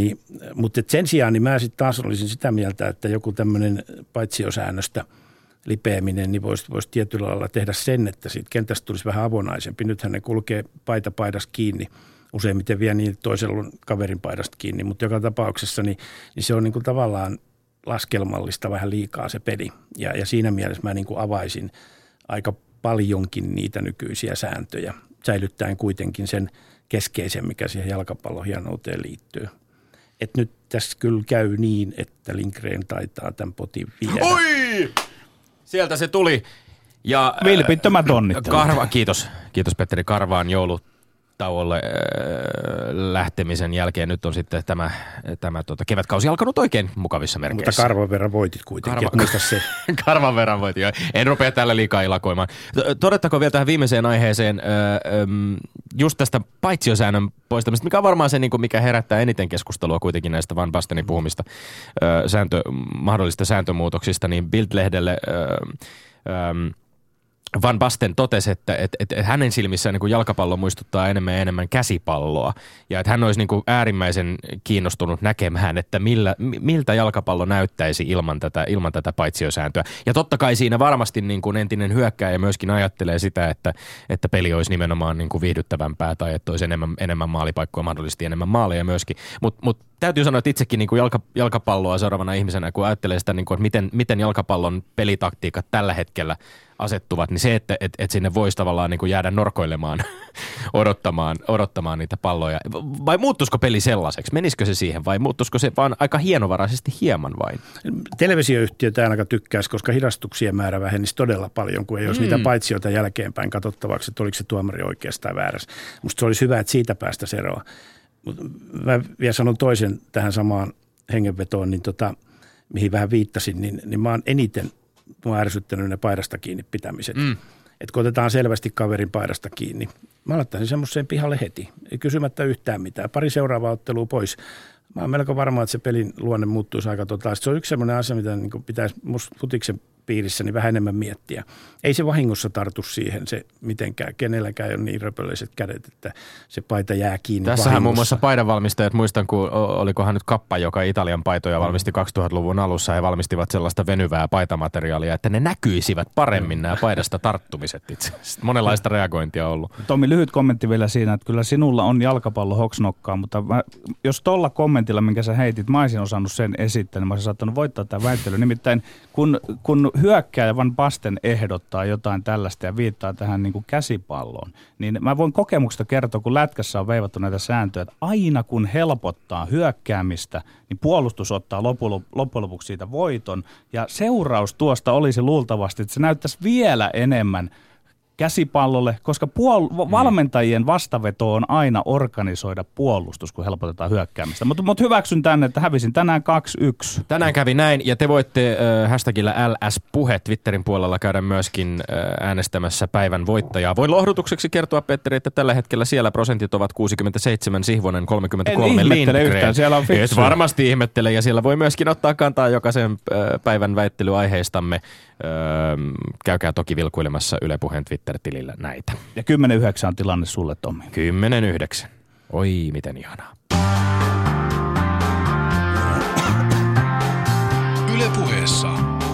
sen sijaan niin mä sitten taas olisin sitä mieltä, että joku tämmöinen paitsiosäännöstä lipeäminen, niin voisi tietyllä lailla tehdä sen, että siitä kentästä tulisi vähän avonaisempi. Nythän ne kulkee paidasta kiinni, useimmiten vie niin toisella kaverin paidasta kiinni, mutta joka tapauksessa niin se on niin kuin tavallaan laskelmallista vähän liikaa se peli. Ja siinä mielessä mä niin kuin avaisin aika paljonkin niitä nykyisiä sääntöjä, säilyttäen kuitenkin sen keskeisen, mikä siihen jalkapallon hienouteen liittyy. Et nyt tässä kyllä käy niin, että Lindgren taitaa tämän potin viedä. Oi! Sieltä se tuli. Ja vilpittömät onnittelut. Kiitos Petteri Karvaan joulutauolle lähtemisen jälkeen. Nyt on sitten tämä kevätkausi alkanut oikein mukavissa merkeissä. Mutta karvan verran voitit kuitenkin, muista se. Karvan verran voitin, joo. En rupea tällä liikaa ilakoimaan. Todettakoon vielä tähän viimeiseen aiheeseen just tästä paitsiosäännön poistamista, mikä on varmaan se, mikä herättää eniten keskustelua kuitenkin näistä Van Bastenin puhumista mahdollisista sääntömuutoksista, niin Bild-lehdelle Van Basten totesi, että hänen silmissään niin jalkapallo muistuttaa enemmän ja enemmän käsipalloa ja että hän olisi niin kuin äärimmäisen kiinnostunut näkemään, että miltä jalkapallo näyttäisi ilman tätä paitsiossääntöä. Ja totta kai siinä varmasti niin kuin entinen hyökkääjä myöskin ajattelee sitä, että peli olisi nimenomaan niin kuin viihdyttävämpää tai että olisi enemmän maalipaikkoja, mahdollisesti enemmän maaleja myöskin. Mutta täytyy sanoa, että itsekin niin kuin jalkapalloa seuraavana ihmisenä, kun ajattelee sitä, niin kuin, että miten jalkapallon pelitaktiikat tällä hetkellä asettuvat, niin se, että sinne voisi tavallaan niin kuin jäädä norkoilemaan, odottamaan niitä palloja. Vai muuttuisiko peli sellaiseksi? Menisikö se siihen vai muuttuisiko se vaan aika hienovaraisesti hieman vain? Televisioyhtiöt ainakaan tykkäisi, koska hidastuksien määrä vähenisi todella paljon, kun ei olisi niitä paitsioita jälkeenpäin katsottavaksi, että oliko se tuomari oikeastaan väärässä. Musta se olisi hyvä, että siitä päästä eroon. Mä vielä sanon toisen tähän samaan hengenvetoon, niin mihin vähän viittasin, niin mä oon eniten ärsyttänyt ne paidasta kiinni pitämiset. Että kun otetaan selvästi kaverin paidasta kiinni, mä laittaisin semmoiseen pihalle heti, kysymättä yhtään mitään. Pari seuraavaa ottelua pois. Mä oon melko varma, että se pelin luonne muuttuisi aika totaisesti. Se on yksi semmoinen asia, mitä niin pitäisi musta futiksen piirissä, niin vähän enemmän miettiä. Ei se vahingossa tartu siihen se mitenkään. Kenelläkään ei ole niin röpöleiset kädet, että se paita jää kiinni Tässähän vahingossa. muun muassa paidanvalmistajat, muistan kun olikohan nyt Kappa, joka Italian paitoja valmisti 2000-luvun alussa. He valmistivat sellaista venyvää paitamateriaalia, että ne näkyisivät paremmin nämä paidasta tarttumiset itse asiassa. Monenlaista reagointia on ollut. Tomi, lyhyt kommentti vielä siinä, että kyllä sinulla on jalkapallo hoksnokkaa, mutta jos tuolla kommentilla, minkä sä heitit, mä olisin osannut sen esittää, niin mä olisin saattanut voittaa tämän väittelyn. Nimittäin kun hyökkääjä Van Basten ehdottaa jotain tällaista ja viittaa tähän niin kuin käsipalloon, niin mä voin kokemuksesta kertoa, kun lätkässä on veivattu näitä sääntöjä, että aina kun helpottaa hyökkäämistä, niin puolustus ottaa loppujen lopuksi siitä voiton. Ja seuraus tuosta olisi luultavasti, että se näyttäisi vielä enemmän käsipallolle, koska valmentajien vastaveto on aina organisoida puolustus, kun helpotetaan hyökkäämistä. Mutta hyväksyn tänne, että hävisin tänään 2-1. Tänään kävi näin, ja te voitte hashtagillä LS-puhe Twitterin puolella käydä myöskin äänestämässä päivän voittajaa. Voin lohdutukseksi kertoa, Petteri, että tällä hetkellä siellä prosentit ovat 67, Sihvonen 33, Lindgren. Yhtään, siellä on fiksuja. Et varmasti ihmettele, ja siellä voi myöskin ottaa kantaa jokaisen päivän väittelyaiheistamme. Käykää toki vilkuilemassa Yle Puheen Twitter-tilillä näitä. Ja 10-9 on tilanne sulle, Tommi. 10-9. Oi, miten ihanaa. Yle Puheessa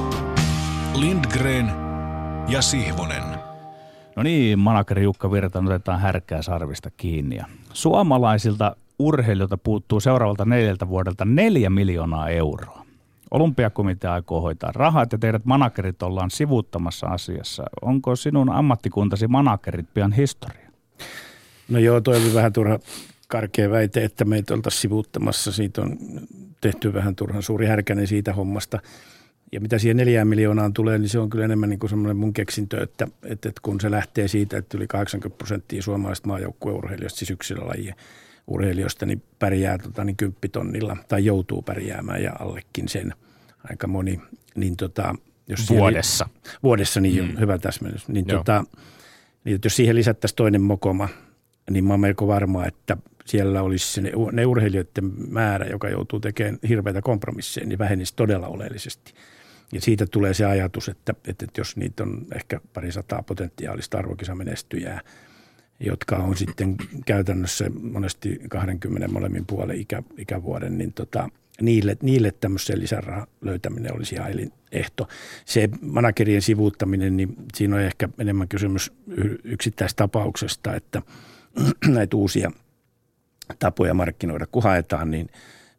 Lindgren ja Sihvonen. No niin, manageri Jukka Virtanen, otetaan härkää sarvista kiinni. Ja suomalaisilta urheilijoilta puuttuu seuraavalta 4 vuodelta 4 miljoonaa euroa. Olympiakomitea aikoo hoitaa rahat ja teidät managerit ollaan sivuuttamassa asiassa. Onko sinun ammattikuntasi managerit pian historia? No joo, toi oli vähän turha karkea väite, että meitä oltaisiin sivuuttamassa. Siitä on tehty vähän turhan suuri härkänen siitä hommasta. Ja mitä siihen 4 miljoonaan tulee, niin se on kyllä enemmän niin kuin semmoinen mun keksintö, että kun se lähtee siitä, että yli 80% suomalaisista maajoukkueurheilijoista, siis yksilölajien urheilijoista, niin pärjää 10 tonnilla tai joutuu pärjäämään ja allekin sen aika moni. Niin jos vuodessa, niin on hyvä täsmennys. Niin niin jos siihen lisättäisiin toinen mokoma, niin mä oon melko varma, että siellä olisi ne urheilijoiden määrä, joka joutuu tekemään hirveitä kompromisseja, niin vähenisi todella oleellisesti. Ja siitä tulee se ajatus, että jos niitä on ehkä 200 potentiaalista arvokisamenestyjää, jotka on sitten käytännössä monesti 20 molemmin puolen ikävuoden, niin niille tämmöisen lisärahan löytäminen olisi ihan elinehto. Se managerien sivuuttaminen, niin siinä on ehkä enemmän kysymys yksittäistapauksesta, että näitä uusia tapoja markkinoida, kun haetaan, niin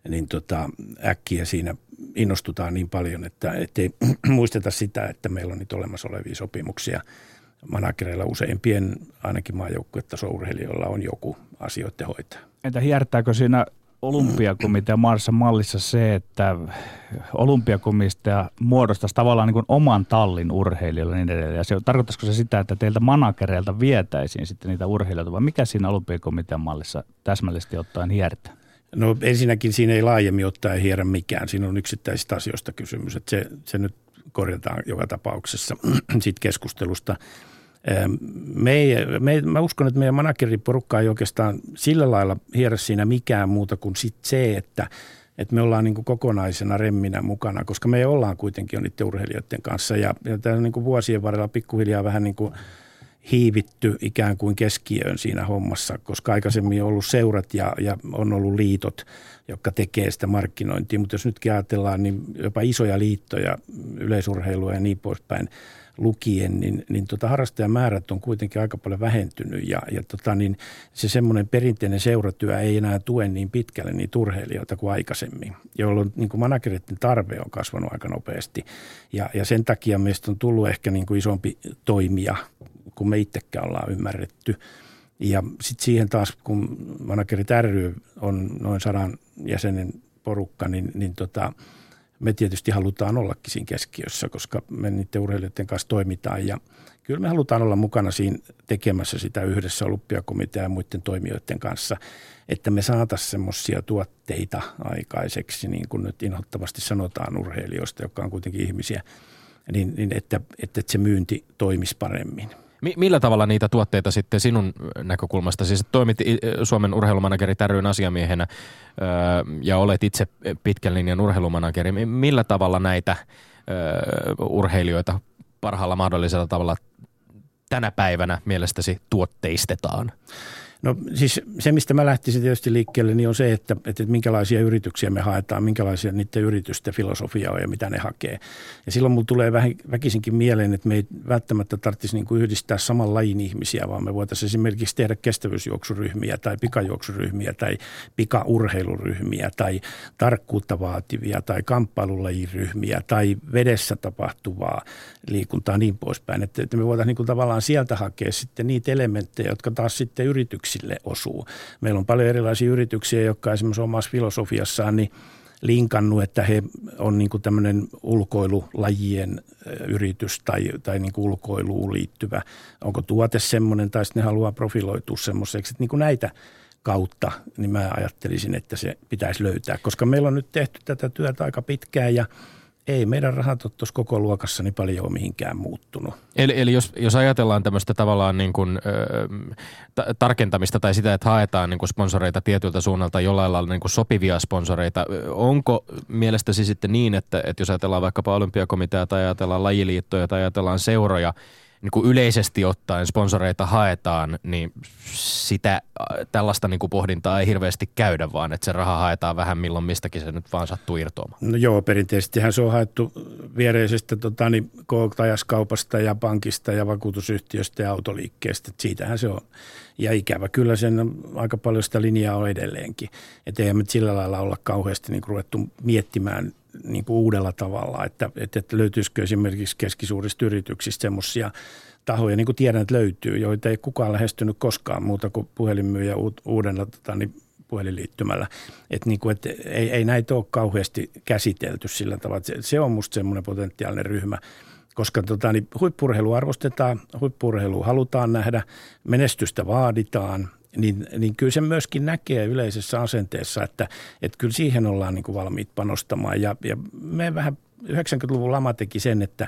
äkkiä siinä innostutaan niin paljon, että ei muisteta sitä, että meillä on niitä olemassa olevia sopimuksia. Managereilla useimpien, ainakin maajoukkuetasourheilijoilla on joku asioiden hoitaja. Entä hiertääkö siinä olympiakomitean mallissa se, että olympiakomitea muodostaisi tavallaan niin kuin oman tallin urheilijoille niin edelleen? Ja tarkoittaisiko se sitä, että teiltä managereilta vietäisiin sitten niitä urheilijoita, vai mikä siinä olympiakomitean mallissa täsmällisesti ottaen hiertää? No ensinnäkin siinä ei laajemmin ottaen hierrä mikään. Siinä on yksittäisistä asioista kysymys, että se nyt korjataan joka tapauksessa siitä keskustelusta. Mä uskon, että meidän manageriporukka ei oikeastaan sillä lailla hierrä siinä mikään muuta kuin sit se, että me ollaan niin kuin kokonaisena remminä mukana, koska me ollaan kuitenkin jo niiden urheilijoiden kanssa. Ja tämä niin kuin vuosien varrella pikkuhiljaa vähän niin kuin hiivitty ikään kuin keskiöön siinä hommassa, koska aikaisemmin on ollut seurat ja on ollut liitot, jotka tekee sitä markkinointia. Mutta jos nytkin ajatellaan, niin jopa isoja liittoja, yleisurheilua ja niin poispäin lukien, niin harrastajamäärät on kuitenkin aika paljon vähentynyt niin se semmoinen perinteinen seuratyö ei enää tue niin pitkälle niitä urheilijoita kuin aikaisemmin, jolloin niin kuin manageritten tarve on kasvanut aika nopeasti ja sen takia meistä on tullut ehkä niin kuin isompi toimija, kun me itsekään ollaan ymmärretty. Ja sitten siihen taas, kun Managerit ry on noin 100 jäsenen porukka, niin me tietysti halutaan ollakin siinä keskiössä, koska me niiden urheilijoiden kanssa toimitaan. Ja kyllä me halutaan olla mukana siinä tekemässä sitä yhdessä olympiakomitea ja muiden toimijoiden kanssa, että me saataisiin semmoisia tuotteita aikaiseksi, niin kuin nyt inhottavasti sanotaan urheilijoista, jotka on kuitenkin ihmisiä, niin että se myynti toimisi paremmin. Millä tavalla niitä tuotteita sitten sinun näkökulmasta, siis toimit Suomen urheilumanagerit ry:n asiamiehenä ja olet itse pitkän linjan urheilumanageri, millä tavalla näitä urheilijoita parhaalla mahdollisella tavalla tänä päivänä mielestäsi tuotteistetaan? No siis se, mistä mä lähtisin tietysti liikkeelle, niin on se, että minkälaisia yrityksiä me haetaan, minkälaisia niiden yritysten filosofia on ja mitä ne hakee. Ja silloin mulla tulee väkisinkin mieleen, että me ei välttämättä tarvitsisi niin kuin yhdistää saman lajin ihmisiä, vaan me voitaisiin esimerkiksi tehdä kestävyysjuoksuryhmiä tai pikajuoksuryhmiä tai pikaurheiluryhmiä tai tarkkuutta vaativia tai kamppailulajiryhmiä tai vedessä tapahtuvaa liikuntaa niin poispäin. Että me voitaisiin niin kuin tavallaan sieltä hakea sitten niitä elementtejä, jotka taas sitten yrityksille osuu. Meillä on paljon erilaisia yrityksiä, jotka esimerkiksi omassa filosofiassaan niin linkannut, että he on niin kuin tämmöinen ulkoilulajien yritys tai niin kuin ulkoiluun liittyvä. Onko tuote semmoinen tai sitten ne haluaa profiloitua semmoiseksi, että niin kuin näitä kautta niin mä ajattelisin, että se pitäisi löytää, koska meillä on nyt tehty tätä työtä aika pitkään ja ei meidän rahat ole tuossa koko luokassa niin paljon ole mihinkään muuttunut. Eli jos ajatellaan tämmöistä tavallaan niin kuin, tarkentamista tai sitä, että haetaan niin kuin sponsoreita tietyltä suunnalta jollain lailla niin kuin sopivia sponsoreita, onko mielestäsi sitten niin, että jos ajatellaan vaikkapa olympiakomitea tai ajatellaan lajiliittoja tai ajatellaan seuroja, niin kuin yleisesti ottaen sponsoreita haetaan, niin sitä tällaista niin kuin pohdintaa ei hirveästi käydä, vaan että se raha haetaan vähän milloin mistäkin se nyt vaan sattuu irtoamaan. No joo, perinteisestihän se on haettu viereisestä kootajaskaupasta ja pankista ja vakuutusyhtiöstä ja autoliikkeestä. Siitähän se on. Ja ikävä kyllä sen aika paljon sitä linjaa on edelleenkin. Että eihän me sillä lailla olla kauheasti niin kuin ruvettu miettimään niin kuin uudella tavalla, että löytyisikö esimerkiksi keskisuurista yrityksistä semmoisia tahoja, niin kuin tiedän, että löytyy, joita ei kukaan lähestynyt koskaan muuta kuin puhelinmyyjä uudella puhelinliittymällä. Että niin kuin, että ei näitä ole kauheasti käsitelty sillä tavalla. Se on musta semmoinen potentiaalinen ryhmä, koska huippu-urheilu arvostetaan, huippu-urheilu halutaan nähdä, menestystä vaaditaan, niin kyllä se myöskin näkee yleisessä asenteessa, että kyllä siihen ollaan niin kuin valmiit panostamaan. Ja me vähän 90-luvun lama teki sen, että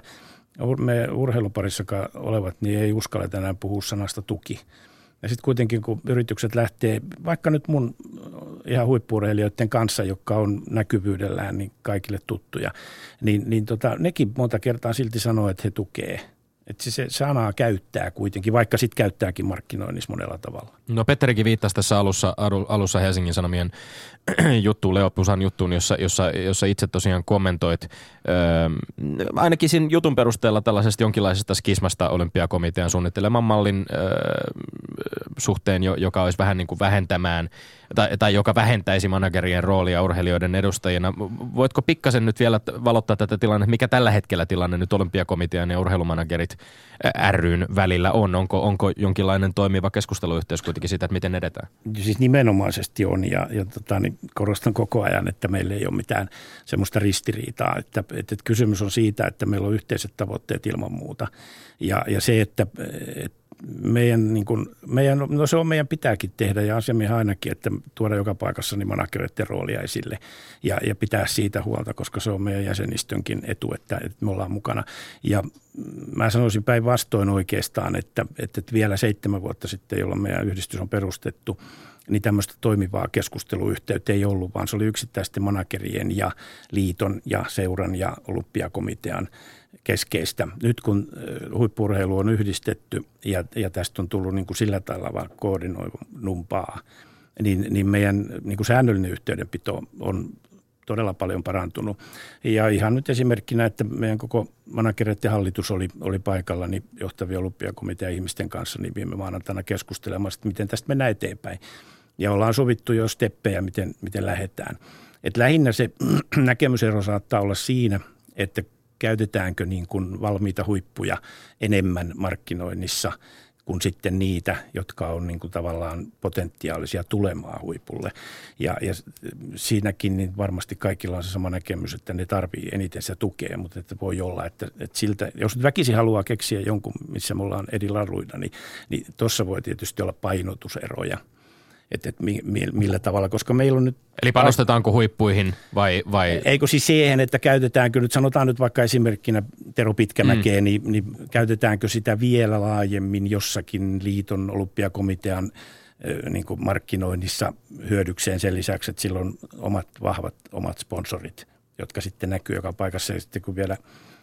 me urheiluparissakaan olevat, niin ei uskalleta enää puhua sanasta tuki. Ja sitten kuitenkin, kun yritykset lähtee, vaikka nyt mun ihan huippu-urheilijoiden kanssa, jotka on näkyvyydellään niin kaikille tuttuja, niin nekin monta kertaa silti sanoo, että he tukee. Että se sanaa käyttää kuitenkin, vaikka sitten käyttääkin markkinoinnissa monella tavalla. No Petterikin viittasi tässä alussa Helsingin Sanomien juttuun, Leo Pusan juttuun, jossa itse tosiaan kommentoit ainakin siinä jutun perusteella tällaisesta jonkinlaisesta skismasta olympiakomitean suunnitteleman mallin suhteen, joka olisi vähän niin kuin vähentämään tai joka vähentäisi managerien roolia urheilijoiden edustajina. Voitko pikkasen nyt vielä valottaa tätä tilannetta, mikä tällä hetkellä tilanne nyt olympiakomitean ja urheilumanagerit ry:n välillä on? Onko jonkinlainen toimiva keskusteluyhteys kuitenkin siitä, että miten edetään? Siis nimenomaisesti on ja niin korostan koko ajan, että meillä ei ole mitään semmoista ristiriitaa, että kysymys on siitä, että meillä on yhteiset tavoitteet ilman muuta ja se, että no se on meidän pitääkin tehdä ja asiamiehen ainakin, että tuoda joka paikassa niin managereiden roolia esille ja pitää siitä huolta, koska se on meidän jäsenistönkin etu, että me ollaan mukana. Ja mä sanoisin päinvastoin oikeastaan, että vielä 7 vuotta sitten, jolloin meidän yhdistys on perustettu, niin tämmöistä toimivaa keskusteluyhteyttä ei ollut, vaan se oli yksittäisten managerien ja liiton ja seuran ja olympiakomitean keskeistä. Nyt kun huippu-urheilu on yhdistetty ja tästä on tullut niin kuin sillä tavalla koordinoidumpaa, niin meidän niin kuin säännöllinen yhteydenpito on todella paljon parantunut. Ja ihan nyt esimerkkinä, että meidän koko managereiden hallitus oli paikalla niin johtavia olympiakomitean ihmisten kanssa niin viime maanantaina keskustelemassa, että miten tästä mennään eteenpäin. Ja ollaan sovittu jo steppejä, miten lähdetään. Et lähinnä se näkemysero saattaa olla siinä, että käytetäänkö niin kuin valmiita huippuja enemmän markkinoinnissa kuin sitten niitä, jotka on niin kuin tavallaan potentiaalisia tulemaan huipulle. Ja siinäkin niin varmasti kaikilla on se sama näkemys, että ne tarvii eniten sitä tukea, mutta että voi olla, että siltä, jos nyt väkisin haluaa keksiä jonkun, missä me ollaan eri laruina, niin tuossa voi tietysti olla painotuseroja. Että millä tavalla, koska meillä on nyt... Eli panostetaanko huippuihin vai... Eikö siis siihen, että käytetäänkö nyt, sanotaan nyt vaikka esimerkkinä Tero Pitkämäkeä, niin käytetäänkö sitä vielä laajemmin jossakin liiton olympiakomitean niin kuin markkinoinnissa hyödykseen sen lisäksi, että sillä on omat vahvat omat sponsorit, jotka sitten näkyy joka paikassa ja sitten kun vielä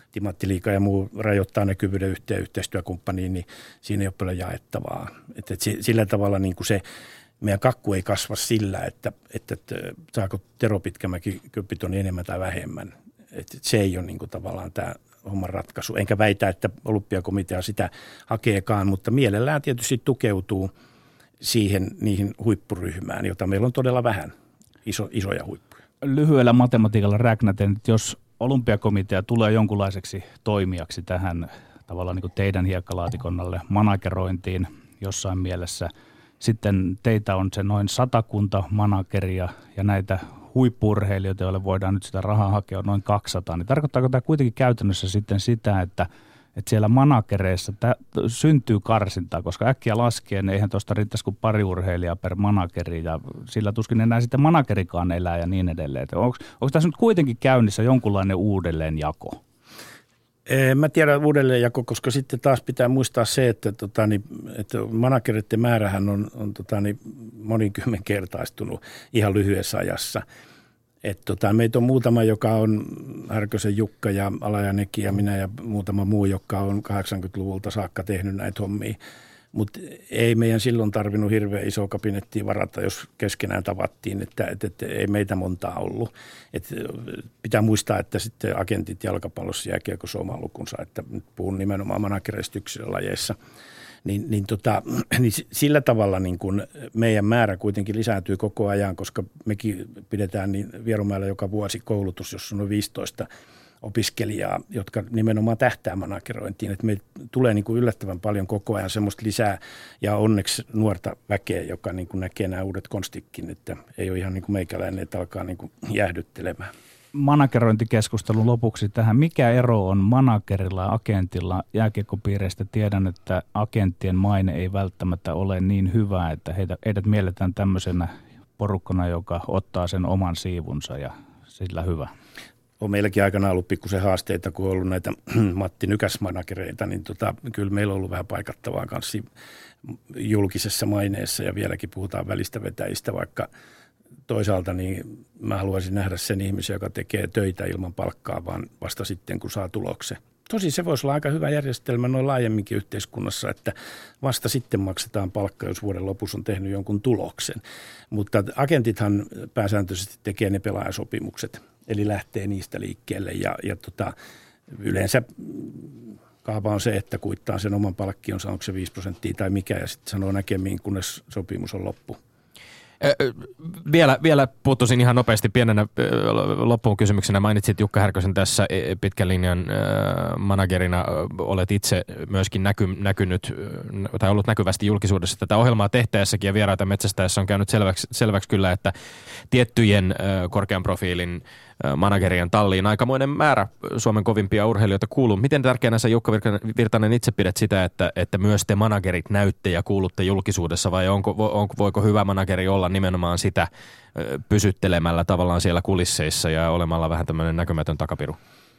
Timanttiliiga ja muu rajoittaa näkyvyyden yhteistyökumppaniin, niin siinä ei ole paljon jaettavaa. Että sillä tavalla niin kuin se meidän kakku ei kasva sillä, että saako Tero Pitkämäki kylppitoni enemmän tai vähemmän. Että se ei ole niin kuin tavallaan tämä homman ratkaisu. Enkä väitä, että olympiakomitea sitä hakeekaan, mutta mielellään tietysti tukeutuu niihin huippuryhmään, jota meillä on todella vähän, isoja huippuja. Lyhyellä matematiikalla räknäten, että jos olympiakomitea tulee jonkunlaiseksi toimijaksi tähän tavallaan niin kuin teidän hiekkalaatikonnalle managerointiin jossain mielessä, sitten teitä on se noin 100 manageria ja näitä huippu-urheilijoita, joille voidaan nyt sitä rahaa hakea, on noin 200. Niin tarkoittaako tämä kuitenkin käytännössä sitten sitä, että siellä managereissa syntyy karsintaa, koska äkkiä laskien eihän tuosta riittäisi kuin pari urheilijaa per manageri ja sillä tuskin enää sitten managerikaan elää ja niin edelleen. Onko tässä nyt kuitenkin käynnissä jonkunlainen uudelleenjako? Mä tiedän uudelleenjako, koska sitten taas pitää muistaa se, että managereiden määrähän on monikymmenkertaistunut ihan lyhyessä ajassa. Meitä on muutama, joka on Härkösen Jukka ja Alajaneki ja minä ja muutama muu, joka on 80-luvulta saakka tehnyt näitä hommia. Mutta ei meidän silloin tarvinnut hirveän isoa kabinettia varata, jos keskenään tavattiin, että ei meitä montaa ollut. Pitää muistaa, että sitten agentit jalkapallossa jääkiekossa oma lukunsa, että nyt puhun nimenomaan managereista yksilölajeissa. Niin sillä tavalla niin kun meidän määrä kuitenkin lisääntyy koko ajan, koska mekin pidetään niin Vierumäellä joka vuosi koulutus, jossa on 15 opiskelijaa, jotka nimenomaan tähtää managerointiin. Että meillä tulee niin kuin yllättävän paljon koko ajan semmoista lisää ja onneksi nuorta väkeä, joka niin kuin näkee nämä uudet konstikin, että ei ole ihan niin kuin meikäläinen, että alkaa niin kuin jäähdyttelemään. Managerointikeskustelun lopuksi tähän. Mikä ero on managerilla ja agentilla jääkiekkopiireistä? Tiedän, että agenttien maine ei välttämättä ole niin hyvä, että heidät mielletään tämmöisenä porukkana, joka ottaa sen oman siivunsa ja sillä hyvä. On meilläkin aikanaan ollut pikkusen haasteita, kun on ollut näitä Matti Nykäs-managereita, niin kyllä meillä on ollut vähän paikattavaa kanssa julkisessa maineessa ja vieläkin puhutaan välistä vetäjistä, vaikka toisaalta niin mä haluaisin nähdä sen ihmisen, joka tekee töitä ilman palkkaa, vaan vasta sitten, kun saa tuloksen. Tosi se voisi olla aika hyvä järjestelmä noin laajemminkin yhteiskunnassa, että vasta sitten maksetaan palkka, jos vuoden lopussa on tehnyt jonkun tuloksen. Mutta agentithan pääsääntöisesti tekee ne pelaajasopimukset, eli lähtee niistä liikkeelle ja yleensä kaava on se, että kuittaa sen oman palkkionsa, onko se 5% tai mikä, ja sitten sanoo näkemiin, kunnes sopimus on loppu. Vielä puuttuisin ihan nopeasti pienenä loppuun kysymyksenä. Mainitsit Jukka Härkösen tässä pitkän linjan managerina. Olet itse myöskin näkynyt tai ollut näkyvästi julkisuudessa tätä ohjelmaa tehtäessäkin ja vieraita metsästäessä on käynyt selväksi kyllä, että tiettyjen korkean profiilin managerien talliin aikamoinen määrä Suomen kovimpia urheilijoita kuuluu. Miten tärkeänä sä, Jukka Virtanen, itse pidät sitä, että myös te managerit näytte ja kuulutte julkisuudessa, vai voiko hyvä manageri olla nimenomaan sitä pysyttelemällä tavallaan siellä kulisseissa ja olemalla vähän tämmöinen näkymätön takapiru?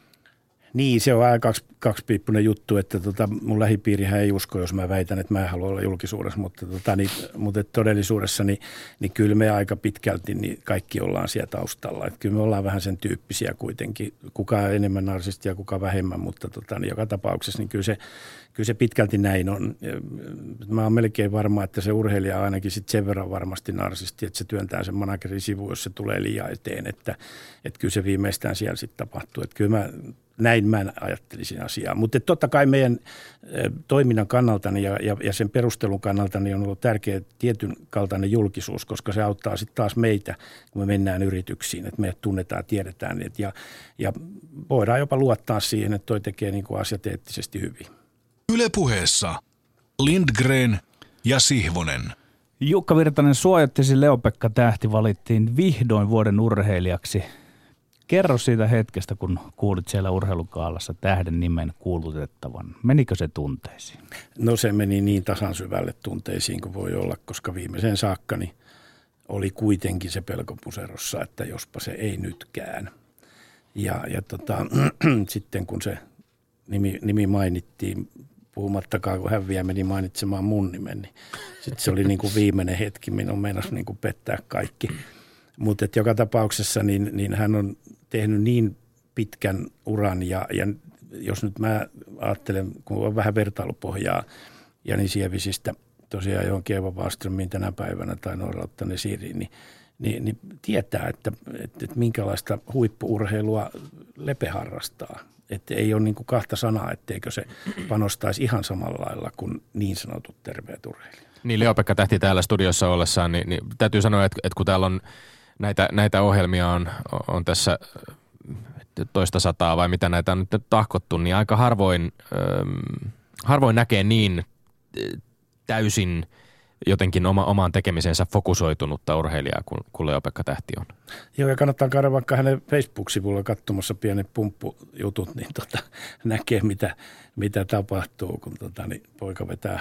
Niin, se on vähän kaksipiippunen juttu, että mun lähipiirihän ei usko, jos mä väitän, että mä en halua olla julkisuudessa, mutta todellisuudessa niin kyllä me aika pitkälti niin kaikki ollaan siellä taustalla. Että kyllä me ollaan vähän sen tyyppisiä kuitenkin, kuka enemmän narsisti ja kuka vähemmän, mutta niin joka tapauksessa niin kyllä se pitkälti näin on. Mä oon melkein varma, että se urheilija on ainakin sit sen verran varmasti narsisti, että se työntää sen managerin sivuun, jos se tulee liian eteen, että kyllä se viimeistään siellä sitten tapahtuu. Että kyllä näin mä ajattelisin asiaa. Mutta totta kai meidän toiminnan kannalta ja sen perustelun kannalta niin on ollut tärkeä tietyn kaltainen julkisuus, koska se auttaa sitten taas meitä, kun me mennään yrityksiin, että meidät tunnetaan, tiedetään ja voidaan jopa luottaa siihen, että toi tekee niin kuin asiat eettisesti hyvin. Yle Puheessa Lindgren ja Sihvonen. Jukka Virtanen, suojattisi Leo-Pekka Tähti valittiin vihdoin vuoden urheilijaksi. Kerro siitä hetkestä, kun kuulit siellä urheilukaalassa tähden nimen kuulutettavan. Menikö se tunteisiin? No se meni niin tasan syvälle tunteisiin kuin voi olla, koska viimeiseen saakka niin oli kuitenkin se pelko puserossa, että jospa se ei nytkään. Ja sitten kun se nimi mainittiin, puhumattakaan kun hän vielä meni mainitsemaan mun nimen, niin sitten se oli niin kuin viimeinen hetki, minun meinasi niin kuin pettää kaikki. Mutta joka tapauksessa niin hän on tehnyt niin pitkän uran ja jos nyt mä ajattelen, kun on vähän vertailupohjaa Jani Sievisistä tosiaan johonkin Eva Wahlströmiin tänä päivänä tai Noora-Lotta Nesiriin, niin tietää, että minkälaista huippu-urheilua Lepe harrastaa. Että ei ole niin kuin kahta sanaa, etteikö se panostaisi ihan samalla lailla kuin niin sanotut terveet urheilijat. Niin, Leo-Pekka Tähti täällä studiossa ollessaan, niin täytyy sanoa, että kun täällä on näitä ohjelmia on tässä toista sataa vai mitä näitä on nyt tahkottu, niin aika harvoin näkee niin täysin jotenkin omaan tekemisensä fokusoitunutta urheilijaa kuin Leo-Pekka Tähti on. Joo, ja kannattaa käydä vaikka hänen Facebook-sivulla katsomassa pienet pumppujutut, niin näkee mitä tapahtuu, kun poika vetää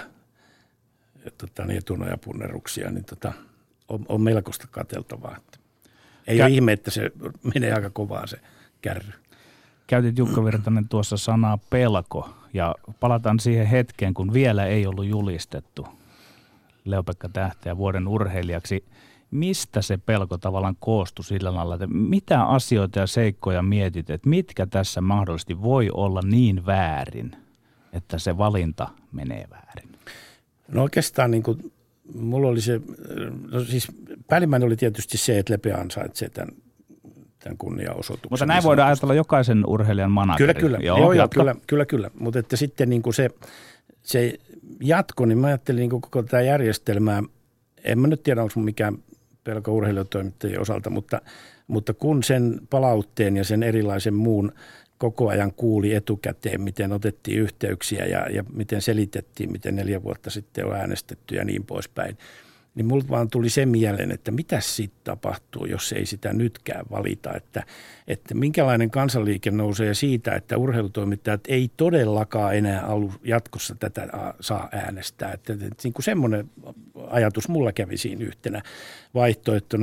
etunojapunneruksia, niin on melkoista katseltavaa. Ei ole ihme, että se menee aika kovaa se kärry. Käytit Jukka Virtanen tuossa sanaa pelko, ja palataan siihen hetkeen, kun vielä ei ollut julistettu Leo-Pekka Tähteä vuoden urheilijaksi. Mistä se pelko tavallaan koostui sillä lailla, että mitä asioita ja seikkoja mietit, että mitkä tässä mahdollisesti voi olla niin väärin, että se valinta menee väärin? No oikeastaan niin kuin, mulla oli se, päällimmäinen oli tietysti se, että Lepe ansaitsee tämän kunniaosoituksen. Mutta näin voidaan ajatella jokaisen urheilijan manageri. Kyllä. Mutta että sitten niin kuin se jatko, niin mä ajattelin niin kuin koko tämä järjestelmää, en mä nyt tiedä, onko mun mikään pelko urheilijatoimittajien osalta, mutta kun sen palautteen ja sen erilaisen muun koko ajan kuuli etukäteen, miten otettiin yhteyksiä ja miten selitettiin, miten 4 vuotta sitten on äänestetty ja niin poispäin, niin mulla vaan tuli se mieleen, että mitä sitten tapahtuu, jos ei sitä nytkään valita, että minkälainen kansanliike nousee siitä, että urheilutoimittajat ei todellakaan enää jatkossa tätä saa äänestää. Että niin kuin semmoinen ajatus mulla kävi siinä yhtenä vaihtoehtona,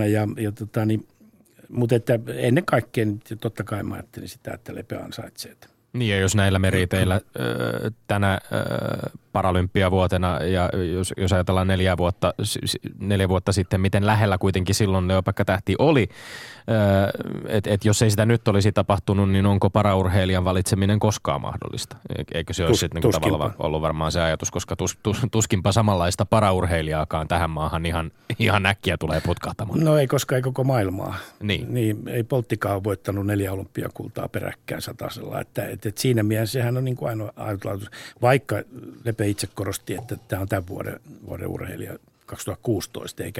mutta että ennen kaikkea totta kai mä ajattelin sitä, että Lepe ansaitsee. Niin, ja jos näillä meriteillä tänä paralympiavuotena, ja jos ajatellaan 4 vuotta sitten, miten lähellä kuitenkin silloin Leo-Pekka Tähti oli, että jos ei sitä nyt olisi tapahtunut, niin onko paraurheilijan valitseminen koskaan mahdollista? Eikö se olisi sitten tavallaan ollut varmaan se ajatus, koska tuskinpa samanlaista paraurheilijaakaan tähän maahan ihan äkkiä tulee putkahtamaan. No ei, koska ei koko maailmaa. Niin ei Polttikaan ole voittanut 4 olympiakultaa peräkkäin satasella, että siinä mielessä sehän on niin kuin ainoa ainutlaatuinen, vaikka Lepe itse korosti, että tämä on tämän vuoden urheilija 2016 eikä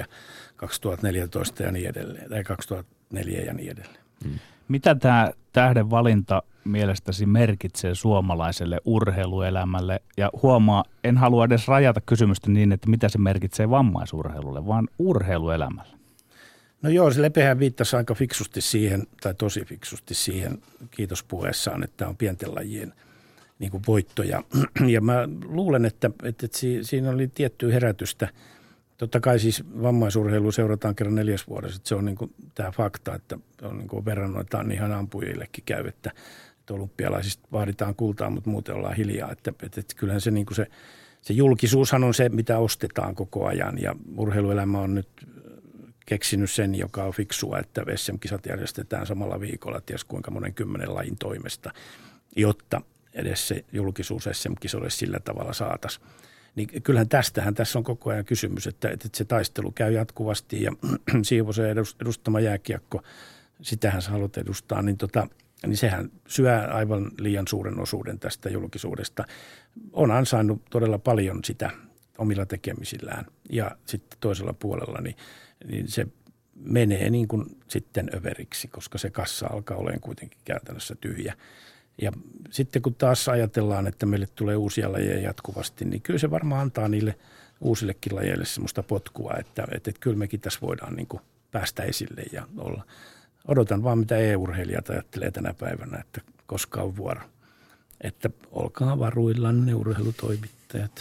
2014 ja niin edelleen, tai 2004 ja niin edelleen. Mitä tämä tähden valinta mielestäsi merkitsee suomalaiselle urheiluelämälle? Ja huomaa, en halua edes rajata kysymystä niin, että mitä se merkitsee vammaisurheilulle, vaan urheiluelämälle. No joo, se Lepehän viittasi aika fiksusti siihen, tai tosi fiksusti siihen kiitospuheessaan, että on pienten lajien niin kuin voittoja. Ja mä luulen, että siinä oli tiettyä herätystä. Totta kai siis vammaisurheilua seurataan kerran 4 vuodessa. Se on niin kuin tämä fakta, että on niin kuin verrannoitaan ihan ampujillekin käy, että olympialaisista vaaditaan kultaa, mutta muuten ollaan hiljaa. Että kyllähän se, niin kuin se julkisuushan on se, mitä ostetaan koko ajan, ja urheiluelämä on nyt keksinyt sen, joka on fiksua, että SM-kisat järjestetään samalla viikolla, ties kuinka monen 10 lajin toimesta, jotta edes se julkisuus SM-kisoille sillä tavalla saataisiin. Niin kyllähän tästähän tässä on koko ajan kysymys, että se taistelu käy jatkuvasti, ja Siivosen edustama jääkiekko, sitähän sä haluat edustaa, niin sehän syö aivan liian suuren osuuden tästä julkisuudesta. On ansainnut todella paljon sitä omilla tekemisillään, ja sitten toisella puolella niin se menee niin kuin sitten överiksi, koska se kassa alkaa olemaan kuitenkin käytännössä tyhjä. Ja sitten kun taas ajatellaan, että meille tulee uusia lajeja jatkuvasti, niin kyllä se varmaan antaa niille uusillekin lajeille semmoista potkua, että kyllä mekin tässä voidaan niin kuin päästä esille ja olla. Odotan vaan, mitä e-urheilijat ajattelee tänä päivänä, että koska on vuoro. Että olkaa varuillanne urheilutoimittajat.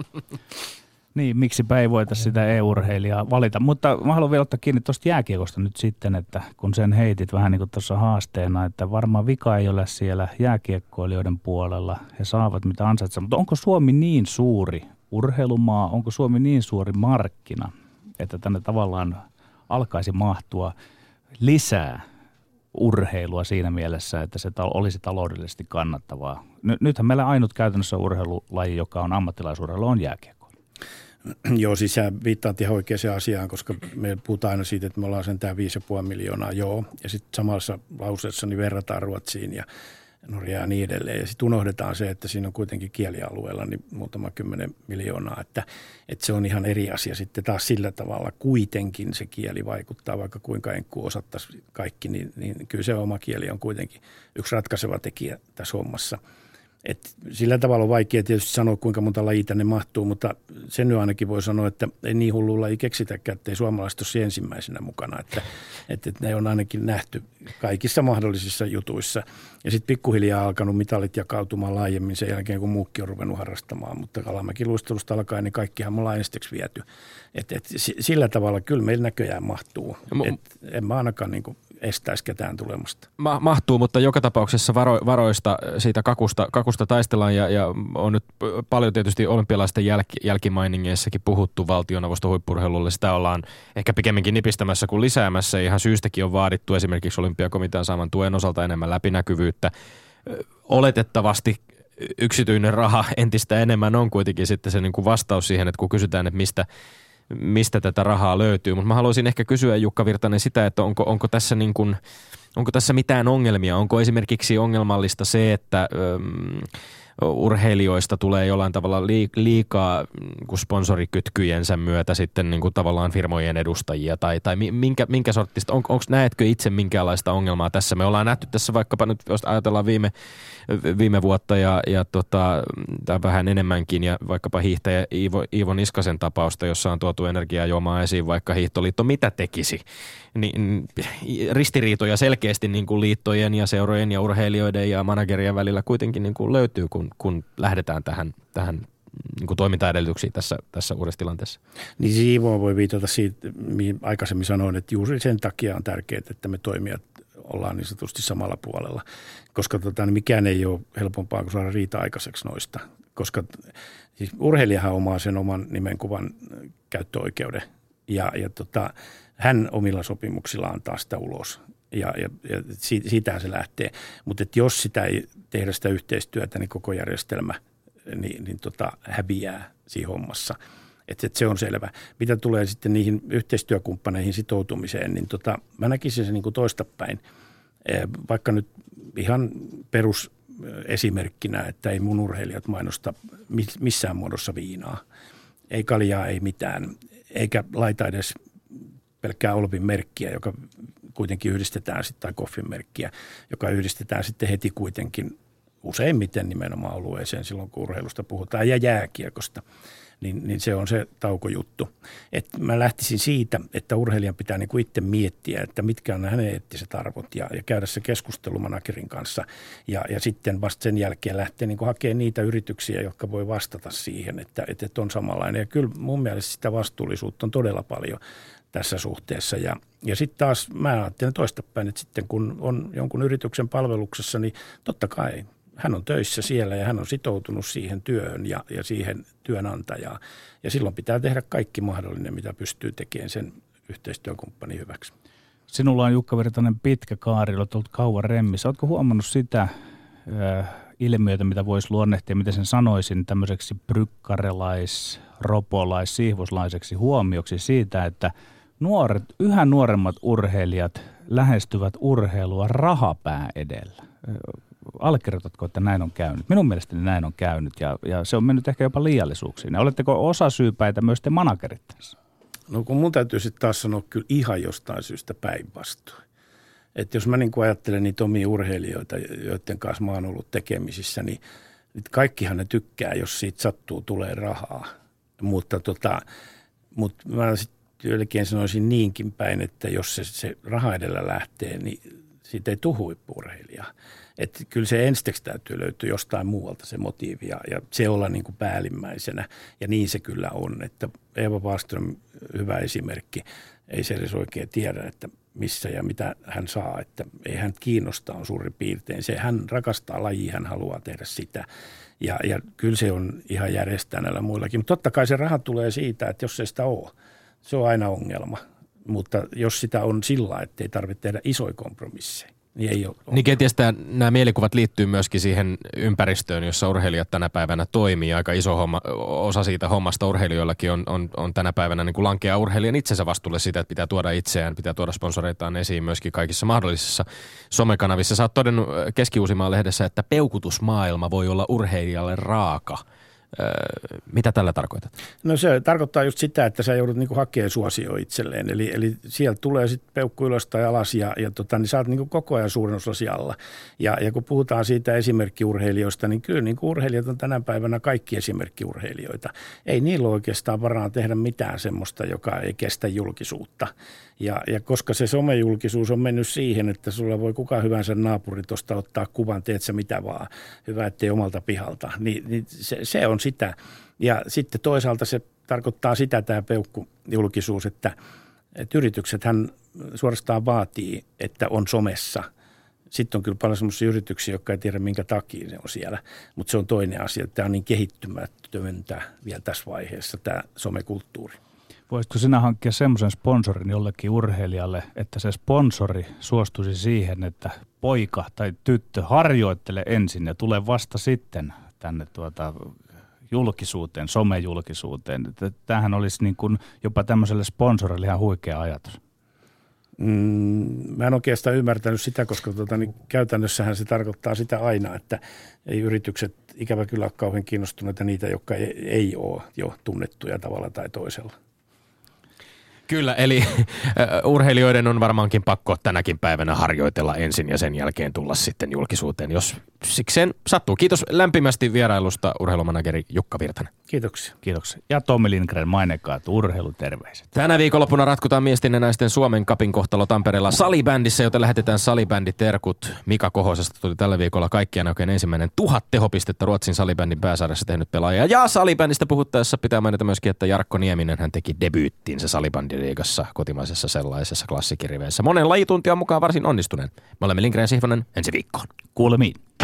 Niin, miksipä ei voita sitä e-urheilijaa valita. Mutta mä haluan vielä ottaa kiinni tuosta jääkiekosta nyt sitten, että kun sen heitit vähän niin kuin tuossa haasteena, että varmaan vika ei ole siellä jääkiekkoilijoiden puolella. He saavat mitä ansaitsevat. Mutta onko Suomi niin suuri urheilumaa, onko Suomi niin suuri markkina, että tänne tavallaan alkaisi mahtua lisää urheilua siinä mielessä, että se olisi taloudellisesti kannattavaa. Nythän meillä ainut käytännössä urheilulaji, joka on ammattilaisurheilu, on jääkiekko. Joo, siis sä viittaat ihan oikeaan asiaan, koska me puhutaan aina siitä, että me ollaan sentään 5,5 miljoonaa, joo. Ja sitten samassa lauseessa niin verrataan Ruotsiin ja Norjaa ja niin edelleen. Ja sitten unohdetaan se, että siinä on kuitenkin kielialueella niin muutama 10 miljoonaa, että se on ihan eri asia. Sitten taas sillä tavalla kuitenkin se kieli vaikuttaa, vaikka kuinka enkku osattaisi kaikki, niin kyllä se oma kieli on kuitenkin yksi ratkaiseva tekijä tässä hommassa. Et sillä tavalla on vaikea tietysti sanoa, kuinka monta lajia tänne mahtuu, mutta sen nyt ainakin voi sanoa, että ei niin hullu laji keksitäkään, että ei suomalaiset ole ensimmäisenä mukana. Että ne on ainakin nähty kaikissa mahdollisissa jutuissa. Ja sitten pikkuhiljaa alkanut mitalit jakautumaan laajemmin sen jälkeen, kun muukin on ruvennut harrastamaan. Mutta kalamäkiluistelusta alkaen, niin kaikkihan me ollaan ensiksi viety. Sillä tavalla kyllä meillä näköjään mahtuu. En mä ainakaan niin kuin estäisi ketään tulemasta. Mahtuu, mutta joka tapauksessa varoista siitä kakusta taistellaan ja on nyt paljon tietysti olympialaisten jälkimainingeissakin puhuttu valtioneuvoston huippu-urheilulle. Sitä ollaan ehkä pikemminkin nipistämässä kuin lisäämässä. Ihan syystäkin on vaadittu esimerkiksi olympiakomitean saaman tuen osalta enemmän läpinäkyvyyttä. Oletettavasti yksityinen raha entistä enemmän on kuitenkin sitten se niin kuin vastaus siihen, että kun kysytään, että mistä tätä rahaa löytyy. Mutta mä haluaisin ehkä kysyä, Jukka Virtanen, sitä, että onko tässä niin kuin, onko tässä mitään ongelmia? Onko esimerkiksi ongelmallista se, että urheilijoista tulee jollain tavalla liikaa sponsorikytkyjensä myötä sitten niin kuin tavallaan firmojen edustajia tai minkä sorttista, näetkö itse minkäänlaista ongelmaa tässä? Me ollaan nähty tässä vaikkapa nyt, jos ajatellaan viime vuotta ja vähän enemmänkin ja vaikkapa hiihtäjä Iivo Niskasen tapausta, jossa on tuotu energiajuomaa esiin, vaikka Hiihtoliitto mitä tekisi. Niin ristiriitoja selkeästi niin kuin liittojen ja seurojen ja urheilijoiden ja managerien välillä kuitenkin niin kuin löytyy, kun lähdetään tähän niin kuin toimintaedellytyksiin tässä uudessa tilanteessa. Niin Iivo voi viitata siitä, mihin aikaisemmin sanoin, että juuri sen takia on tärkeää, että me toimijat ollaan niin sanotusti samalla puolella, koska mikään ei ole helpompaa kuin saada riita aikaiseksi noista, koska siis urheilijahan omaa sen oman nimenkuvan käyttöoikeuden ja hän omilla sopimuksillaan antaa sitä ulos ja siitähän se lähtee, mutta jos sitä ei tehdä sitä yhteistyötä, niin koko järjestelmä niin häviää siinä hommassa. Että se on selvä. Mitä tulee sitten niihin yhteistyökumppaneihin sitoutumiseen, niin mä näkisin sen niin kuin toistapäin. Vaikka nyt ihan perusesimerkkinä, että ei mun urheilijat mainosta missään muodossa viinaa. Ei kaljaa, ei mitään. Eikä laita edes pelkkää Olvin merkkiä, joka kuitenkin yhdistetään sitten, tai Koffin merkkiä, joka yhdistetään sitten heti kuitenkin useimmiten nimenomaan olueeseen silloin, kun urheilusta puhutaan ja jääkiekosta. Niin se on se taukojuttu. Et mä lähtisin siitä, että urheilijan pitää niinku itse miettiä, että mitkä on hänen eettiset arvot ja käydä se keskustelu managerin kanssa. Ja sitten vasta sen jälkeen lähteä niinku hakemaan niitä yrityksiä, jotka voi vastata siihen, että on samanlainen. Ja kyllä mun mielestä sitä vastuullisuutta on todella paljon tässä suhteessa. Ja sitten taas mä ajattelen toistapäin, että sitten kun on jonkun yrityksen palveluksessa, niin totta kai hän on töissä siellä ja hän on sitoutunut siihen työhön ja siihen työnantajaan. Ja silloin pitää tehdä kaikki mahdollinen, mitä pystyy tekemään sen yhteistyökumppanin hyväksi. Sinulla on, Jukka Virtanen, pitkä kaari, olet ollut kauan remmissä. Oletko huomannut sitä ilmiötä, mitä voisi luonnehtia, miten sen sanoisin, tämmöiseksi brykkarelais, ropolais, siihvuslaiseksi huomioksi siitä, että yhä nuoremmat urheilijat lähestyvät urheilua rahapää edellä? Allekirjoitatko, että näin on käynyt? Minun mielestäni näin on käynyt ja se on mennyt ehkä jopa liiallisuuksiin. Oletteko osasyypäitä myös te managerit tässä? No kun mun täytyy sitten taas sanoa kyllä ihan jostain syystä päinvastoin. Että jos mä niin kuin ajattelen niitä omia urheilijoita, joiden kanssa mä oon ollut tekemisissä, niin kaikkihan ne tykkää, jos siitä sattuu, tulee rahaa. Mutta mä sitten ylkeen sanoisin niinkin päin, että jos se raha edellä lähtee, niin siitä ei tule huippu-urheilijaa. Että kyllä se ensiksi täytyy löytyä jostain muualta se motiivi ja se olla niin kuin päällimmäisenä. Ja niin se kyllä on, että Eeva Wahlström, hyvä esimerkki, ei se edes oikein tiedä, että missä ja mitä hän saa. Että ei hän kiinnostaa suurin piirtein. Hän rakastaa lajia, hän haluaa tehdä sitä. Ja kyllä se on ihan järjestää näillä muillakin. Mutta totta kai se raha tulee siitä, että jos ei sitä ole, se on aina ongelma. Mutta jos sitä on sillä, että ei tarvitse tehdä isoja kompromisseja, niin ei ole. Niin kenties nämä mielikuvat liittyy myöskin siihen ympäristöön, jossa urheilijat tänä päivänä toimii. Aika iso osa siitä hommasta urheilijoillakin on tänä päivänä niin kuin lankea urheilijan itsensä vastuulle siitä, että pitää tuoda itseään, pitää tuoda sponsoreitaan esiin myöskin kaikissa mahdollisissa somekanavissa. Sä oot todennut Keski-Uusimaan lehdessä, että peukutusmaailma voi olla urheilijalle raaka. Mitä tällä tarkoitat? No se tarkoittaa just sitä, että sä joudut niinku hakemaan suosioon itselleen. Eli sieltä tulee sitten peukku ylös tai alas ja niin sä oot niinku koko ajan suurin osa siellä. Ja kun puhutaan siitä esimerkkiurheilijoista, niin kyllä niinku urheilijat on tänä päivänä kaikki esimerkkiurheilijoita. Ei niillä oikeastaan varaa tehdä mitään semmoista, joka ei kestä julkisuutta. Ja koska se somejulkisuus on mennyt siihen, että sulla voi kuka hyvänsä naapuri tuosta ottaa kuvan, teet sä mitä vaan, hyvä ettei omalta pihalta, niin se on sitä. Ja sitten toisaalta se tarkoittaa sitä tämä peukkujulkisuus, että yrityksethän suorastaan vaatii, että on somessa. Sitten on kyllä paljon sellaisia yrityksiä, jotka ei tiedä minkä takia ne on siellä, mutta se on toinen asia. Tämä on niin kehittymättömäntä vielä tässä vaiheessa tämä somekulttuuri. Voisitko sinä hankkia semmoisen sponsorin jollekin urheilijalle, että se sponsori suostuisi siihen, että poika tai tyttö harjoittele ensin ja tulee vasta sitten tänne julkisuuteen, somejulkisuuteen. Tämähän olisi niin kuin jopa tämmöiselle sponsorille ihan huikea ajatus. Mä en oikeastaan ymmärtänyt sitä, koska niin käytännössähän se tarkoittaa sitä aina, että ei yritykset ikävä kyllä ole kauhean kiinnostuneita niitä, jotka ei ole jo tunnettuja tavalla tai toisella. Kyllä, eli urheilijoiden on varmaankin pakko tänäkin päivänä harjoitella ensin ja sen jälkeen tulla sitten julkisuuteen, jos sikseen sattuu. Kiitos lämpimästi vierailusta urheilumanageri Jukka Virtanen. Kiitoksia. Kiitoksia. Ja Tommi Lindgren, mainekaat urheiluterveiset. Tänä viikonloppuna ratkutaan miesten ja naisten Suomen Cupin kohtalo Tampereella salibändissä, joten lähetetään salibänditerkut. Mika Kohosesta tuli tällä viikolla kaikkiaan oikein ensimmäinen 1000 tehopistettä Ruotsin salibändin pääsarjassa tehnyt pelaaja. Ja salibändistä puhuttaessa pitää mainita myöskin, että Jarkko Nieminen hän teki debyyttinsä salibändiliigassa, kotimaisessa sellaisessa klassikiriveissä. Monen lajituntijan mukaan varsin onnistuneen. Me olemme Lindgren Sihvonen ensi viikkoon. Kuulemiin.